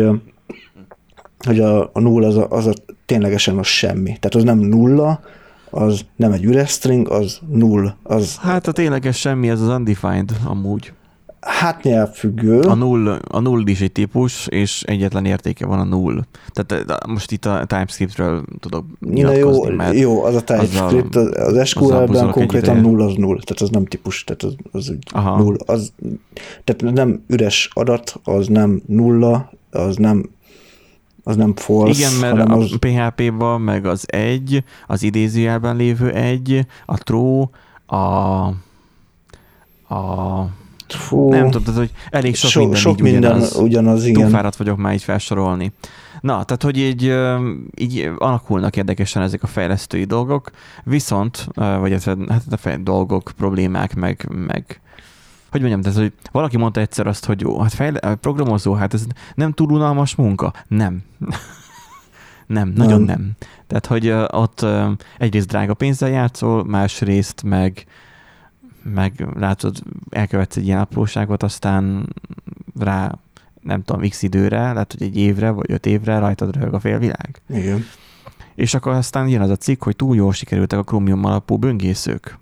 a null az ténylegesen az semmi. Tehát az nem nulla, az nem egy üres string, az null. Hát a tényleges semmi, ez az undefined amúgy. Hát nyelvfüggő. A null is egy típus, és egyetlen értéke van a null. Tehát most itt a TypeScriptről tudok nyilatkozni, mert jó, az a TypeScript, az SQL-ben konkrétan null az null, tehát az nem típus, tehát az null. Tehát nem üres adat, az nem nulla, az nem false. Igen, mert a PHP-ban meg az egy, az idézőjelben lévő egy, a true, nem tudom, hogy elég sok minden ugyanaz, igen. Túlfáradt vagyok már így felsorolni. Na, tehát, hogy így alakulnak érdekesen ezek a fejlesztői dolgok, viszont, vagy hát a dolgok, problémák, meg hogy mondjam, tehát, hogy valaki mondta egyszer azt, hogy jó, hát programozó, hát ez nem túl unalmas munka. Nem. Nagyon nem. Tehát, hogy ott egyrészt drága pénzzel játszol, másrészt meg látod, elkövetsz egy ilyen apróságot, aztán rá, nem tudom, x időre, lehet, hogy egy évre, vagy 5 évre rajtad röhög a félvilág. Igen. És akkor aztán jön az a cikk, hogy túl jól sikerültek a Chromium alapú böngészők.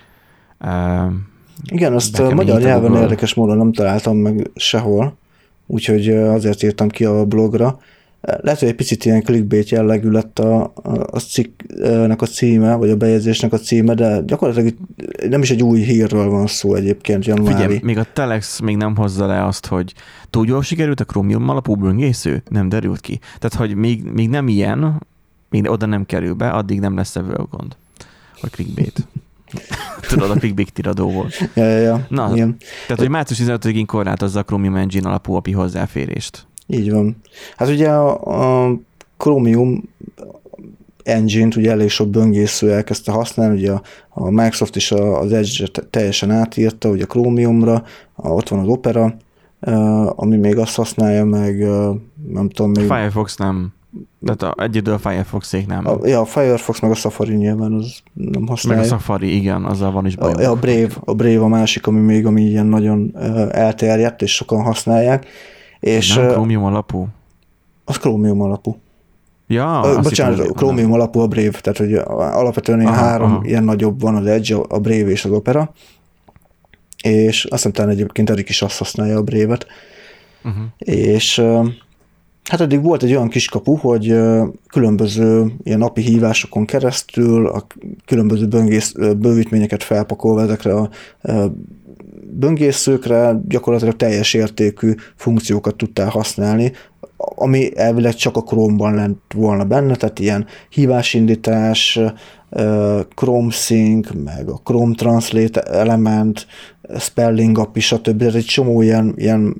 Igen, azt magyar nyelven érdekes módon nem találtam meg sehol, úgyhogy azért írtam ki a blogra. Lehet, hogy egy picit ilyen clickbait jellegű lett a cikknek a címe, vagy a bejegyzésnek a címe, de gyakorlatilag nem is egy új hírről van szó egyébként, januári. Figyelj, még a Telex még nem hozza le azt, hogy túl jól sikerült a Chromium alapú böngésző? Nem derült ki. Tehát, hogy még nem ilyen, még oda nem kerül be, addig nem lesz ebből gond. A clickbait. Tudod, a clickbait tiradó volt. Ja. Na, igen. Tehát, hogy március 15-én korlátozza a Chromium Engine alapú API hozzáférést. Így van. Hát ugye a Chromium Engine-t ugye elég sok böngésző elkezdte használni, ugye a Microsoft is az Edge-re teljesen átírta, ugye a Chromiumra, ott van az Opera, ami még azt használja, meg nem tudom még... Firefox nem. Tehát egyedül a Firefox-ék nem. A Firefox meg a Safari nyilván az nem használja. Meg a Safari, igen, azzal van is bajom. A Brave a másik, ami ilyen nagyon elterjedt, és sokan használják. És nem Chromium alapú? Az Chromium alapú. Ja, bocsánat, Chromium alapú a Brave, tehát hogy alapvetően három ilyen nagyobb van, az Edge, a Brave és az Opera, és azt hiszem talán egyébként Erik is azt használja a Brave-et. És hát eddig volt egy olyan kiskapu, hogy különböző ilyen API hívásokon keresztül a különböző bővítményeket felpakolva ezekre a böngészőkre gyakorlatilag teljes értékű funkciókat tudtál használni, ami elvileg csak a Chrome-ban lett volna benne, tehát ilyen hívásindítás, Chrome Sync, meg a Chrome Translate element, Spelling API, stb. Ez egy csomó ilyen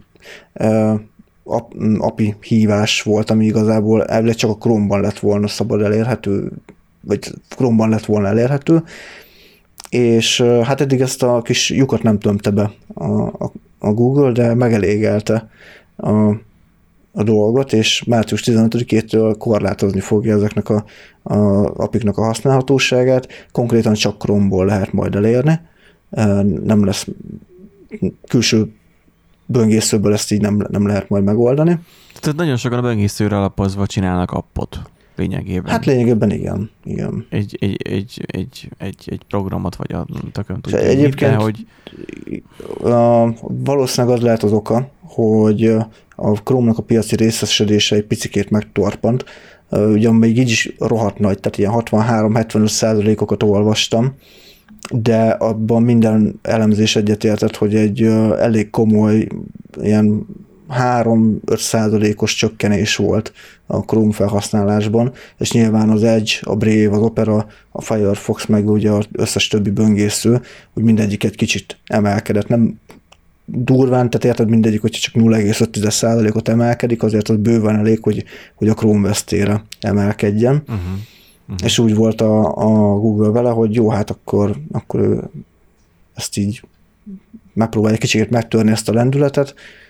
API hívás volt, ami igazából elvileg csak a Chrome-ban lett volna szabad elérhető, vagy Chrome-ban lett volna elérhető, és hát eddig ezt a kis lyukat nem tömte be a Google, de megelégelte a dolgot, és március 15-től korlátozni fogja ezeknek a API-knak a használhatóságát. Konkrétan csak Chrome-ból lehet majd elérni. Nem lesz külső böngészőből, ezt így nem lehet majd megoldani. Tehát nagyon sokan a böngészőre alapozva csinálnak appot lényegében. Hát lényegében igen. Egy programot, vagy a tökön tudja. Egyébként hogy valószínűleg az lehet az oka, hogy a Chrome-nak a piaci részesedése egy picikét megtorpant. Ugyan még így is rohadt nagy, tehát ilyen 63-75%-okat olvastam, de abban minden elemzés egyetértett, hogy egy elég komoly ilyen 3-5%-os csökkenés volt a Chrome felhasználásban, és nyilván az Edge, a Brave, az Opera, a Firefox, meg ugye az összes többi böngésző, hogy mindegyik egy kicsit emelkedett. Nem durván, tehát érted mindegyik, hogyha csak 0,5%-ot emelkedik, azért az bőven elég, hogy a Chrome vesztére emelkedjen. És úgy volt a Google vele, hogy jó, hát akkor ő ezt így megpróbálja kicsit megtörni ezt a lendületet.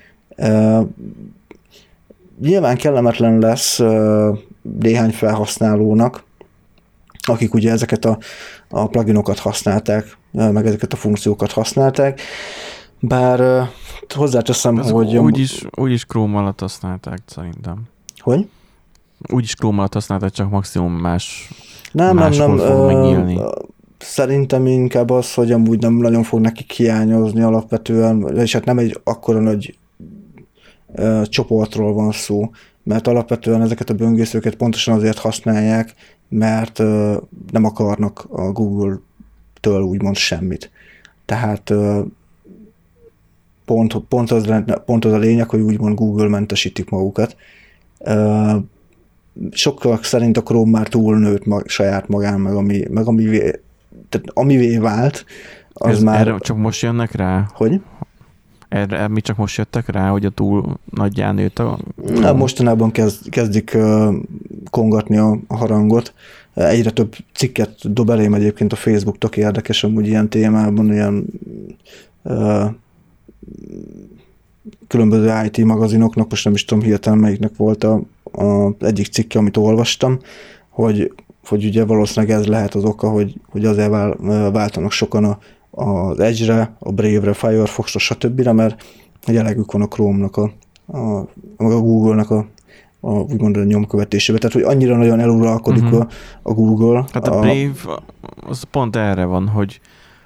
Nyilván kellemetlen lesz néhány felhasználónak, akik ugye ezeket a pluginokat használták, meg ezeket a funkciókat használták, bár hozzáteszem, hogy... Úgyis Chrome alatt használták, szerintem. Hogy? Úgyis Chrome alatt használták, csak maximum más nem. fog megnyílni. Szerintem inkább az, hogy amúgy nem nagyon fog nekik hiányozni alapvetően, és hát nem egy akkora nagy csoportról van szó, mert alapvetően ezeket a böngészőket pontosan azért használják, mert nem akarnak a Google-től úgymond semmit. Tehát pont az a lényeg, hogy úgymond Google mentesítik magukat. Sokkal szerint a Chrome már túlnőtt saját magán, meg amivé vált, az már... Erre csak most jönnek rá? Hogy? Erre mi csak most jöttek rá, hogy a túl nagyján nőtt a... Mostanában kezdik kongatni a harangot. Egyre több cikket dob elém egyébként a Facebook, tök érdekes amúgy ilyen témában, ilyen különböző IT magazinoknak, most nem is tudom hirtelen melyiknek volt a egyik cikke, amit olvastam, hogy ugye valószínűleg ez lehet az oka, hogy azért váltanak sokan az Edge-re, a Brave-re, Firefox-ra, stb., mert egy elegük van a Chrome-nak, a Google-nak úgymond a nyomkövetésébe. Tehát, hogy annyira nagyon eluralkodik a Google. Hát a Brave az pont erre van, hogy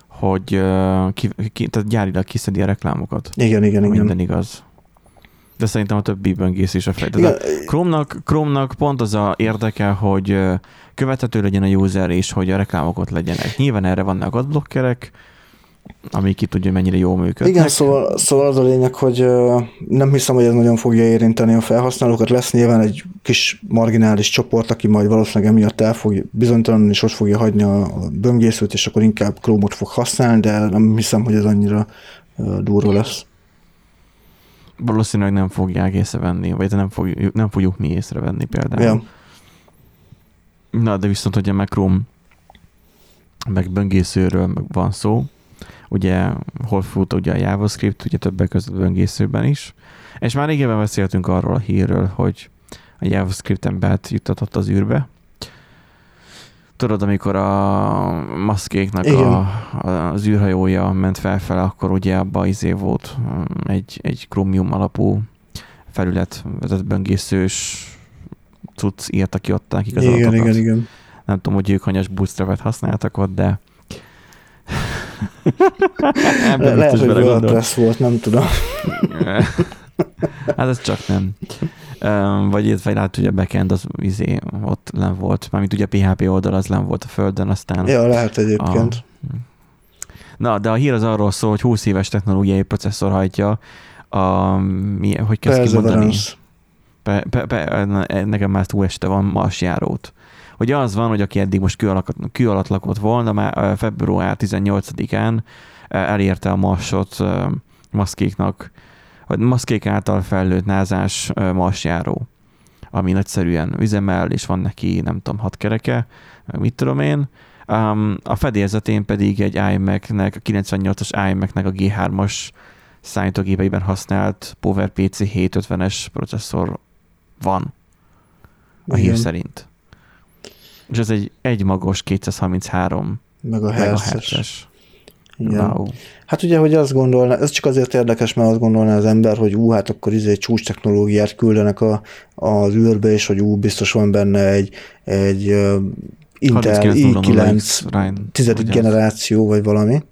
tehát gyárilag kiszedi a reklámokat. Igen. Minden igaz. De szerintem a többi böngész is a fej. Chrome-nak pont az a érdeke, hogy követhető legyen a user és hogy a reklámok legyenek. Nyilván erre vannak adblockerek, ami ki tudja, mennyire jól működnek. Igen, szóval az a lényeg, hogy nem hiszem, hogy ez nagyon fogja érinteni a felhasználókat. Lesz nyilván egy kis marginális csoport, aki majd valószínűleg emiatt el fog bizonytalanul, és ott fogja hagyni a böngészőt, és akkor inkább Chrome-ot fog használni, de nem hiszem, hogy ez annyira durva lesz. Valószínűleg nem fogják észrevenni, vagy nem fogjuk mi észrevenni például. Ja. Na, de viszont, hogyha meg Chrome, meg böngészőről meg van szó, ugye hol fut ugye a JavaScript, ugye többek között böngészőben is, és már régebben beszéltünk arról a hírről, hogy a JavaScript-en bejuttatott az űrbe. Tudod, amikor a maszkéknak az űrhajója ment felfele, akkor ugye abban volt egy Chromium alapú felület, vezet böngészős cucc írta ki ott nekik az adatokat. Igen. Nem tudom, hogy ők hanyas bootstrapet használtak ott, de lehet, hogy WordPress volt, nem tudom. Hát ez csak nem. Vagy lehet, hogy a backend az ott len volt, mármint ugye a PHP oldal az len volt a földön, aztán... Ja, lehet egyébként. Na, de a hír az arról szól, hogy 20 éves technológiai processzor hajtja hogy kezd kimondani? Nekem már túl este van marsjárót. Hogy az van, hogy aki eddig most kő alatt lakott volna, már február 18-án elérte a marsot maszkéknak, vagy maszkék által fellőtt názás marsjáró, ami nagyszerűen üzemel, és van neki, nem tudom, 6 kereke, mit tudom én. A fedélzetén pedig egy iMac-nek, a 98-as iMac-nek a G3-as számítógépeiben használt PowerPC 750-es processzor van a hír szerint. És ez egy egymagos 233 megahertzes. Wow. Hát ugye, hogy azt gondolná, ez csak azért érdekes, mert azt gondolná az ember, hogy hát akkor csúcs technológiát küldenek az űrbe, és hogy biztos van benne egy Intel i9 10. generáció, vagy valami.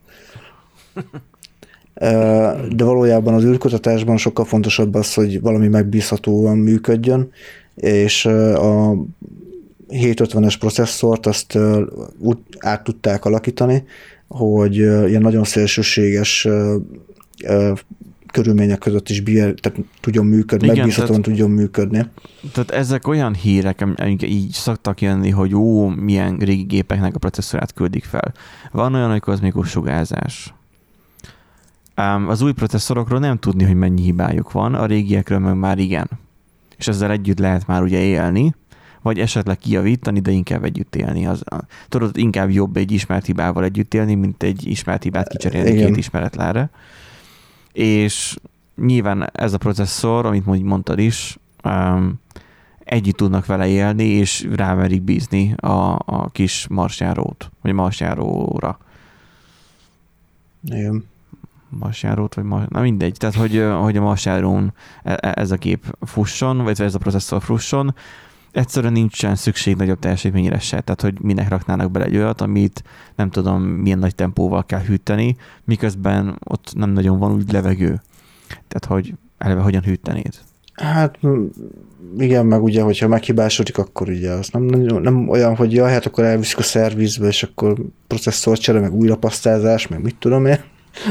De valójában az űrkutatásban sokkal fontosabb az, hogy valami megbízhatóan működjön, és a 750-es processzort azt át tudták alakítani, hogy ilyen nagyon szélsőséges körülmények között is tehát tudjon működni, megbízhatóan tudjon működni. Tehát ezek olyan hírek, amik így szoktak jönni, hogy milyen régi gépeknek a processzorát küldik fel. Van olyan, hogy kozmikus sugárzás. Az új processzorokról nem tudni, hogy mennyi hibájuk van, a régiekről meg már igen. És ezzel együtt lehet már ugye élni, vagy esetleg kijavítani, de inkább együtt élni. Tudod, inkább jobb egy ismert hibával együtt élni, mint egy ismert hibát kicserélni két ismeretlenre. És nyilván ez a processzor, amit mondtad is, együtt tudnak vele élni, és rámerik bízni a kis marsjárót, vagy marsjáróra. Igen. Marsjárót, vagy na mindegy. Tehát, hogy a marsjárón ez a gép fusson, vagy ez a processzor fusson, egyszerűen nincsen szükség nagyobb teljesítményre se, tehát hogy minek raknának bele egy olyat, amit nem tudom milyen nagy tempóval kell hűteni, miközben ott nem nagyon van úgy levegő. Tehát hogy eleve hogyan hűtenéd? Hát igen, meg ugye, hogyha meghibásodik, akkor ugye az nem olyan, hogy jaj, hát akkor elviszik a szervizbe, és akkor processzorcsere, meg újrapasztázás, meg mit tudom én.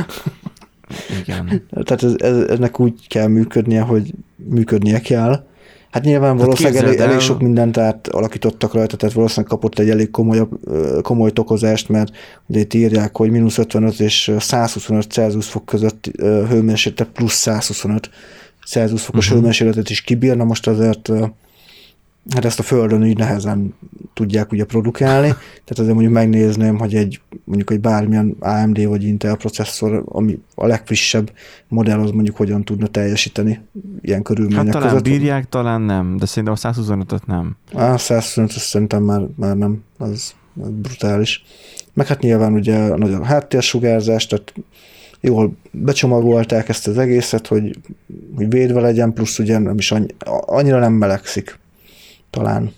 Igen. Tehát ennek úgy kell működnie, hogy működnie kell. Hát nyilván valószínűleg elég sok mindent átalakítottak rajta, tehát valószínűleg kapott egy elég komoly tokozást, mert ugye itt írják, hogy -55 és 125 Celsius fok között hőmérséklet plusz 125 Celsius fokos hőmérsékletet is kibírna, most azért hát ezt a Földön így nehezen tudják ugye produkálni, tehát azért mondjuk megnézném, hogy mondjuk egy bármilyen AMD vagy Intel processzor, ami a legfrissebb modell, az mondjuk hogyan tudna teljesíteni ilyen körülmények között. Hát talán bírják, talán nem, de szerintem a 125-öt nem. 125 szerintem már nem, az brutális. Meg hát nyilván ugye nagy a háttérsugárzás, tehát jól becsomagolták ezt az egészet, hogy védve legyen, plusz ugye nem is annyira nem melegszik. Talán.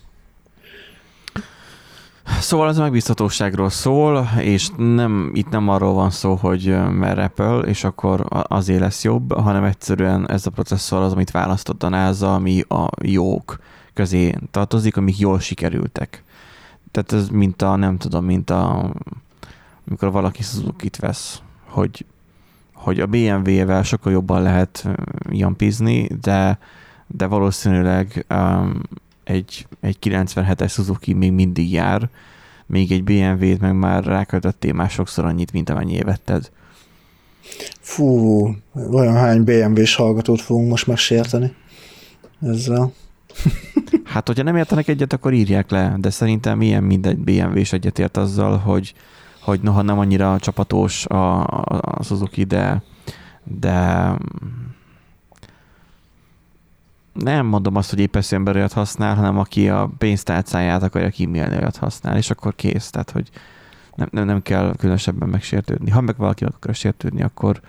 Szóval ez a megbízhatóságról szól, és itt nem arról van szó, hogy merre Apple, és akkor azért lesz jobb, hanem egyszerűen ez a processzor az, amit választott a NASA, ami a jók közé tartozik, amik jól sikerültek. Tehát ez amikor valaki Suzuki-t vesz, hogy a BMW-vel sokkal jobban lehet jampizni, de valószínűleg egy 97-es Suzuki még mindig jár, még egy BMW-t meg már rákötöttél már sokszor annyit, mint amennyi vetted. Fú, olyan hány BMW-s hallgatót fogunk most megsérteni ezzel. Hát, hogyha nem értenek egyet, akkor írják le, de szerintem ilyen mindegy BMW-s egyetért azzal, hogy noha nem annyira csapatos a Suzuki, de nem mondom azt, hogy épp ember olyat használ, hanem aki a pénztárcáját akarja kímélni, olyat használ, és akkor kész. Tehát, hogy nem kell különösebben megsértődni. Ha meg valaki akar sértődni, akkor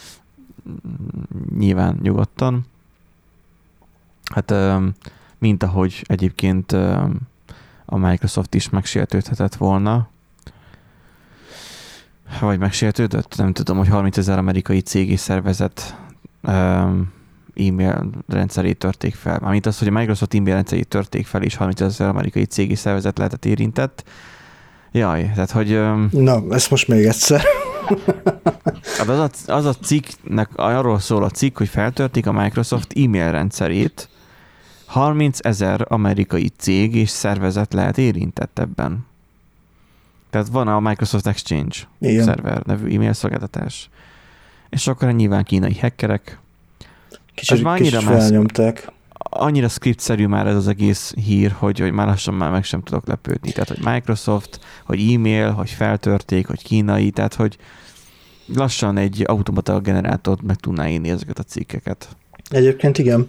nyilván nyugodtan. Hát, mint ahogy egyébként a Microsoft is megsértődhetett volna, vagy megsértődött, nem tudom, hogy 30 000 amerikai cég és szervezet e-mail rendszerét törték fel. Mármint az, hogy a Microsoft e-mail rendszerét törték fel, és 30 000 amerikai cég és szervezet lehetett érintett. Jaj, tehát, hogy... Na, ezt most még egyszer. Az a cikknek, arról szól a cikk, hogy feltörték a Microsoft e-mail rendszerét, 30 000 amerikai cég és szervezet lehet érintett ebben. Tehát van a Microsoft Exchange szerver nevű e-mail szolgáltatás. És akkor nyilván kínai hackerek. Kicsit felnyomták. Annyira scriptszerű már ez az egész hír, hogy már lassan meg sem tudok lepődni. Tehát, hogy Microsoft, hogy e-mail, hogy feltörték, hogy kínai, tehát, hogy lassan egy automata generátort meg tudná írni ezeket a cikkeket. Egyébként igen.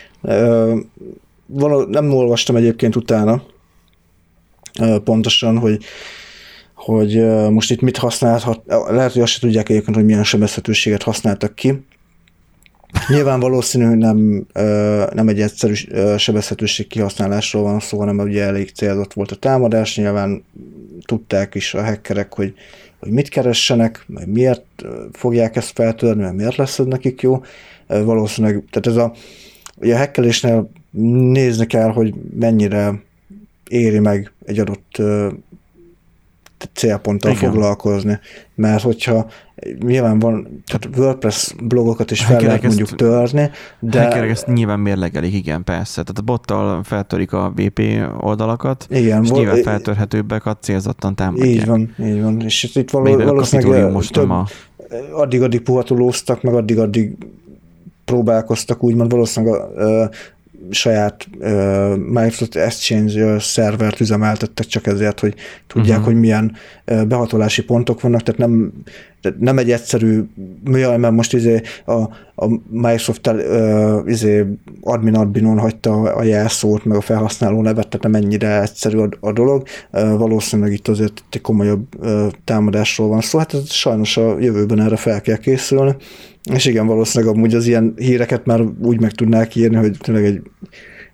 Nem olvastam egyébként utána pontosan, hogy most itt mit használhat, lehet, hogy azt se tudják egyébként, hogy milyen sebezhetőséget használtak ki. Nyilván valószínű, hogy nem egy egyszerű sebezhetőség kihasználásról van szó, hanem ugye elég célzott volt a támadás, nyilván tudták is a hackerek, hogy mit keressenek, miért fogják ezt feltörni, mert miért lesz ez nekik jó. Valószínűleg, tehát ugye a hackelésnél nézni kell, hogy mennyire éri meg egy adott célponttal foglalkozni. Mert hogyha nyilván van, tehát WordPress blogokat is fel lehet mondjuk törni, de... Hackerek ezt nyilván mérlegelik, igen, persze. Tehát a bottal feltörik a VP oldalakat, igen, és nyilván feltörhetőbbek a célzottan támadják. Így van. És itt valószínűleg addig puhatolóztak, meg addig próbálkoztak, úgymond valószínűleg saját Microsoft Exchange szervert üzemeltettek csak ezért, hogy tudják, hogy milyen behatolási pontok vannak, tehát nem egy egyszerű, mert most a Microsoft adminon hagyta a jelszót, meg a felhasználó nevet, tehát nem ennyire egyszerű a dolog. Valószínűleg itt azért egy komolyabb támadásról van szó, hát ez sajnos a jövőben erre fel kell készülni. És igen, valószínűleg amúgy az ilyen híreket már úgy meg tudnák írni, hogy tényleg egy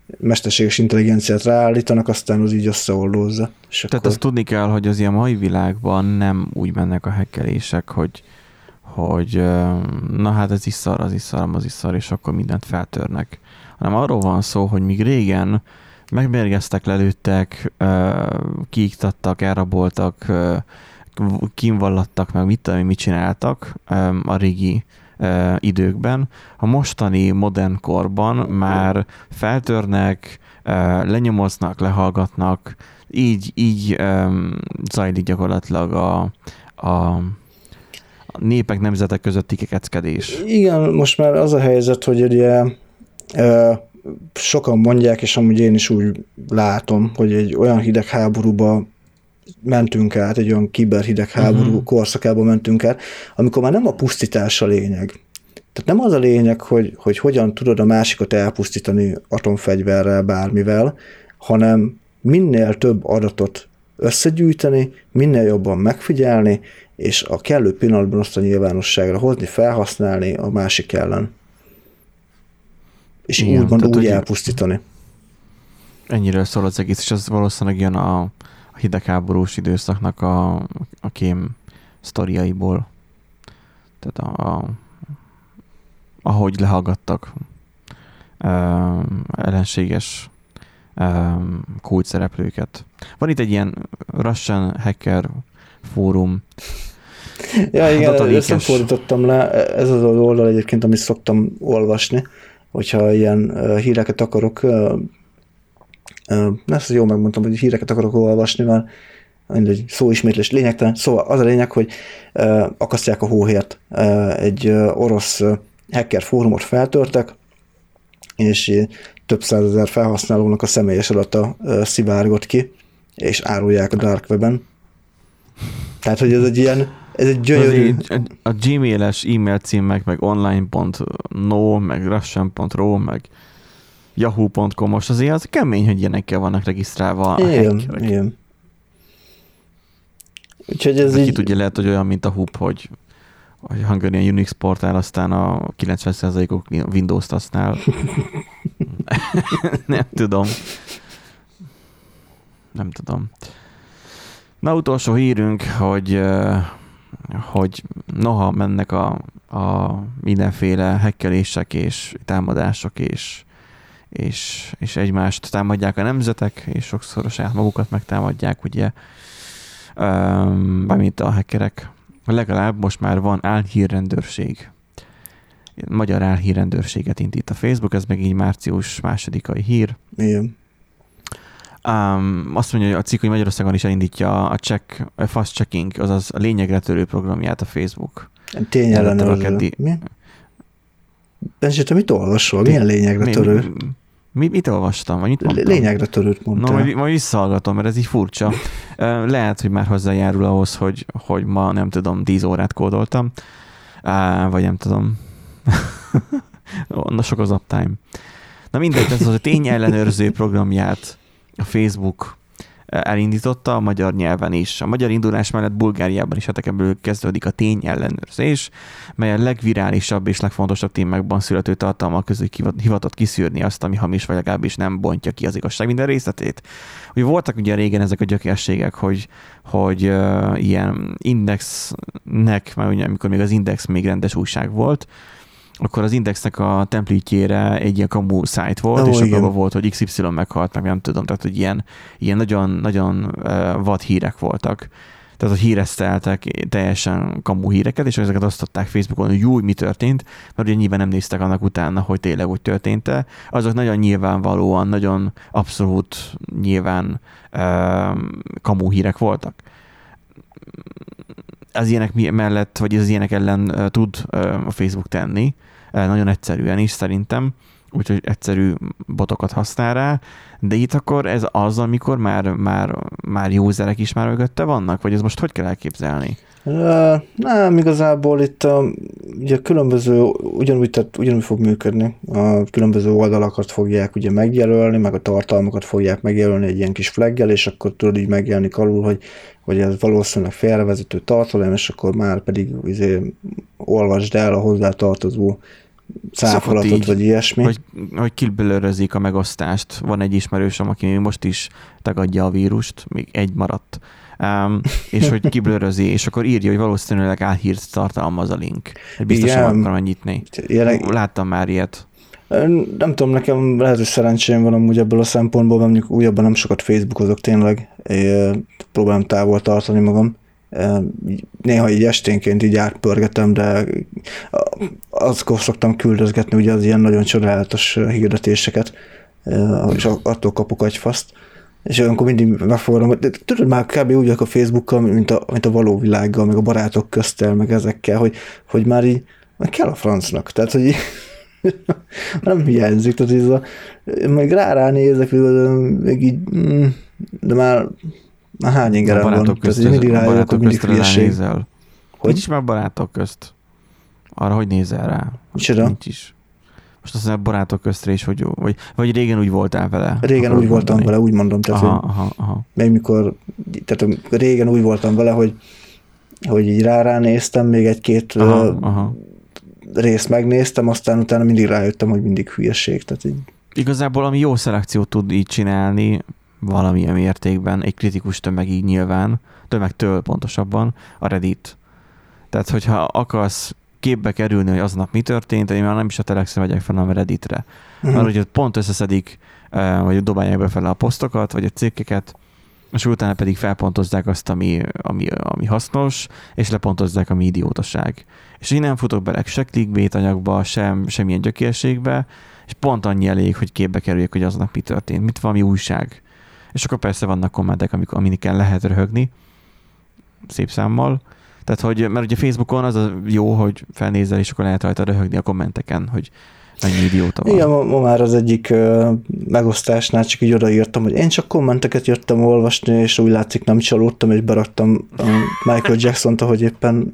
mesterséges intelligenciát ráállítanak, aztán az így összeoldózza. Tehát akkor... azt tudni kell, hogy az ilyen mai világban nem úgy mennek a hekkelések, hogy na hát ez is szar, az is szar, és akkor mindent feltörnek. Hanem arról van szó, hogy míg régen megmérgeztek, lelőttek, kiiktattak, elraboltak, kínvallattak, meg mit csináltak a régi időkben. A mostani modern korban már feltörnek, lenyomoznak, lehallgatnak, így zajlik gyakorlatilag a népek, nemzetek közötti kekeckedés. Igen, most már az a helyzet, hogy ugye sokan mondják, és amúgy én is úgy látom, hogy egy olyan hidegháborúba mentünk át, egy olyan kiberhidegháború korszakába mentünk át, amikor már nem a pusztítás a lényeg. Tehát nem az a lényeg, hogy hogyan tudod a másikat elpusztítani atomfegyverrel, bármivel, hanem minél több adatot összegyűjteni, minél jobban megfigyelni, és a kellő pillanatban azt a nyilvánosságra hozni, felhasználni a másik ellen. És igen, úgymond úgy elpusztítani. Ennyiről szól az egész, és az valószínűleg jön a hidegháborús időszaknak a kém sztoriaiból. Tehát ahogy lehallgattak ellenséges kulcsszereplőket. Van itt egy ilyen Russian hacker fórum. Ja, igen, összefordítottam le. Ez az oldal egyébként, amit szoktam olvasni, hogyha ilyen híreket akarok, ezt jól megmondtam, hogy híreket akarok olvasni, mert mindegy, szóismétlés lényegtelen. Szóval az a lényeg, hogy akasztják a hóhért. Egy orosz hacker fórumot feltörtek, és több százezer felhasználónak a személyes adata szivárgott ki, és árulják a dark weben. Tehát, hogy ez egy ilyen, ez egy gyönyörű... A gmail-es e-mail címek, meg online.no, meg russian.ro, meg yahoo.com, most azért az kemény, hogy ilyenekkel vannak regisztrálva a hackerek. Igen. Úgyhogy ez így... Ki tudja, lehet, hogy olyan, mint a Hub, hogy Hungarian Unix portál, aztán a 90%-ok Windows-t használ. Nem tudom. Na, utolsó hírünk, hogy noha mennek a mindenféle hekkelések és támadások, és egymást támadják a nemzetek, és sokszor a saját magukat megtámadják, ugye, bármint a hackerek. Legalább most már van álhírrendőrség. Magyar álhírrendőrséget indít a Facebook, ez meg így március 2-ai hír. Igen. Azt mondja, hogy a cikk, hogy Magyarországon is elindítja a fast checking, azaz a lényegre törő programját a Facebook. Tényellenőrző. Mi? Benzi, te mit olvasol? Milyen lényegre törő? Mit olvastam? Vagy mit mondtam? Lényegre törőt mondtál. No, majd visszahallgatom, mert ez így furcsa. Lehet, hogy már hozzájárul ahhoz, hogy ma nem tudom, 10 órát kódoltam. Vagy nem tudom. Na, sok az uptime. Na mindegy, ez az a tényellenőrző programját a Facebook elindította a magyar nyelven is. A magyar indulás mellett Bulgáriában is ebből kezdődik a tényellenőrzés, mely a legvirálisabb és legfontosabb témákban születő tartalmak közül hivatott kiszűrni azt, ami hamis, vagy legalábbis nem bontja ki az igazság minden részletét. Ugye voltak ugye régen ezek a gyökérségek, hogy ilyen indexnek, már ugye, amikor még az Index még rendes újság volt, akkor az Indexnek a templítjére egy ilyen kamu szájt volt, és abban volt, hogy XY meghalt, meg nem tudom, tehát hogy ilyen nagyon, nagyon vad hírek voltak. Tehát, hogy híreszteltek teljesen kamu híreket, és ezeket osztották Facebookon, hogy jó, mi történt, mert ugye nyilván nem néztek annak utána, hogy tényleg úgy történt-e. Azok nagyon nyilvánvalóan, nagyon abszolút nyilván kamu hírek voltak. Az ilyenek mellett, vagy az ilyenek ellen tud a Facebook tenni, nagyon egyszerűen is szerintem, úgyhogy egyszerű botokat használ rá, de itt akkor ez az, amikor már userek is már mögötte vannak, vagy ez most hogy kell elképzelni? Nem, igazából itt ugye különböző, ugyanúgy fog működni, a különböző oldalakat fogják ugye megjelölni, meg a tartalmakat fogják megjelölni egy ilyen kis flaggel, és akkor tudod így megjelenik alul, hogy ez valószínűleg félrevezető tartalom, és akkor már pedig olvasd el a hozzá tartozó cáfolatot, vagy ilyesmi. Hogy kibelőrözik a megosztást. Van egy ismerősöm, aki most is tagadja a vírust, még egy maradt. És hogy kiblőrözi, és akkor írja, hogy valószínűleg álhírt tartalmaz a link. Biztosan akarom nyitni. Láttam már ilyet. Nem tudom, nekem lehet, hogy szerencsém van amúgy ebből a szempontból, mert mondjuk újabban nem sokat Facebookozok tényleg, próbálom távol tartani magam. Néha így esténként így átpörgetem, de azkor szoktam küldözgetni ugye az ilyen nagyon csodálatos hirdetéseket, és attól kapok agyfaszt. És olyankor mindig megfogadom, de tudod már kb. Úgy a Facebookkal, mint a való világgal, meg a barátok köztel, meg ezekkel, hogy már így kell a francnak. Tehát, hogy nem hiányzik, tehát ez meg ránézek, meg így, de már hány ingerem van. Tehát mindig rájövök, hogy mindig hülyeség. Hogy is már barátok közt? Arra, hogy nézel rá? Micsoda? Nincs is. Most azt mondja, barátok köztre is, vagy régen úgy voltál vele? Régen úgy voltam vele, úgy mondom. Tehát, aha. Még mikor, tehát régen úgy voltam vele, hogy így ránéztem, még egy-két részt megnéztem, aztán utána mindig rájöttem, hogy mindig hülyeség. Tehát így. Igazából, ami jó szelekciót tud így csinálni, valamilyen mértékben, egy kritikus tömeg így nyilván, tömegtől pontosabban, a Reddit. Tehát, hogyha akarsz képbe kerülni, hogy aznap mi történt, én már nem is a Telexre megyek fel, hanem a Redditre. Mert hogy pont összeszedik, vagy dobálják befele a posztokat, vagy a cikkeket, és utána pedig felpontozzák azt, ami hasznos, és lepontozzák, ami idiótaság. És így nem futok bele se clickbait anyagba, semmilyen gyökérségbe, és pont annyi elég, hogy képbe kerüljek, hogy aznap mi történt, mit valami újság. És akkor persze vannak kommentek, amiken lehet röhögni, szép számmal. Tehát, hogy, mert ugye Facebookon az a jó, hogy felnézel, és akkor lehet rajta röhögni a kommenteken, hogy mennyi idióta van. Igen, ma már az egyik megosztásnál csak így odaírtam, hogy én csak kommenteket jöttem olvasni, és úgy látszik nem csalódtam, és beraktam Michael Jackson-t, ahogy éppen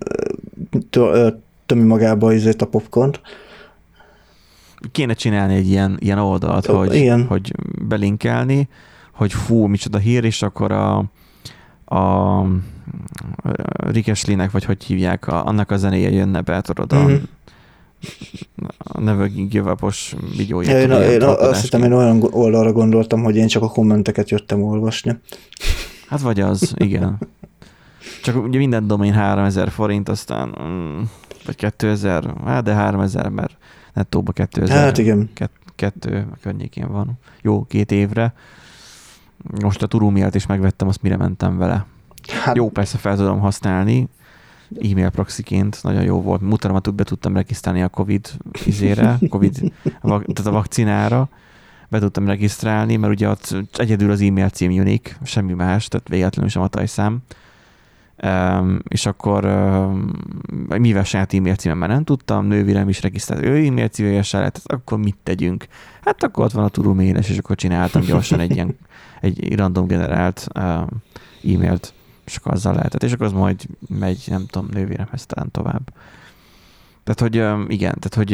tömi magába a popcornt. Kéne csinálni egy ilyen oldalt, hogy belinkelni, hogy fú, micsoda hír, és akkor a Rick Ashley-nek, vagy hogy hívják, annak a zenéje jönne be, tudod, a Never Give Up-os videója. Én azt hiszem, én olyan oldalra gondoltam, hogy én csak a kommenteket jöttem olvasni. Hát vagy az, igen. Csak ugye minden domain 3000 forint, aztán vagy 2000, hát de 3000, mert nettóba 2000. Hát igen. 2 környékén van. Jó, 2 évre. Most a Turumiát is megvettem, azt mire mentem vele. Hát. Jó, persze fel tudom használni, e-mail proxiként, nagyon jó volt. Mutatom, be tudtam regisztrálni a tehát a vakcinára, be tudtam regisztrálni, mert ugye ott egyedül az e-mail cím unik, semmi más, tehát véletlenül sem a tajszám. És akkor mivel saját e-mail címem már nem tudtam, nővérem is regisztrált ő e-mail címével se lehet, akkor mit tegyünk? Hát akkor ott van a Turuméles, és akkor csináltam gyorsan egy random generált e-mailt, és akkor azzal lehetett, és akkor az majd megy, nem tudom, nővéremhez talán tovább. Tehát, hogy igen, tehát, hogy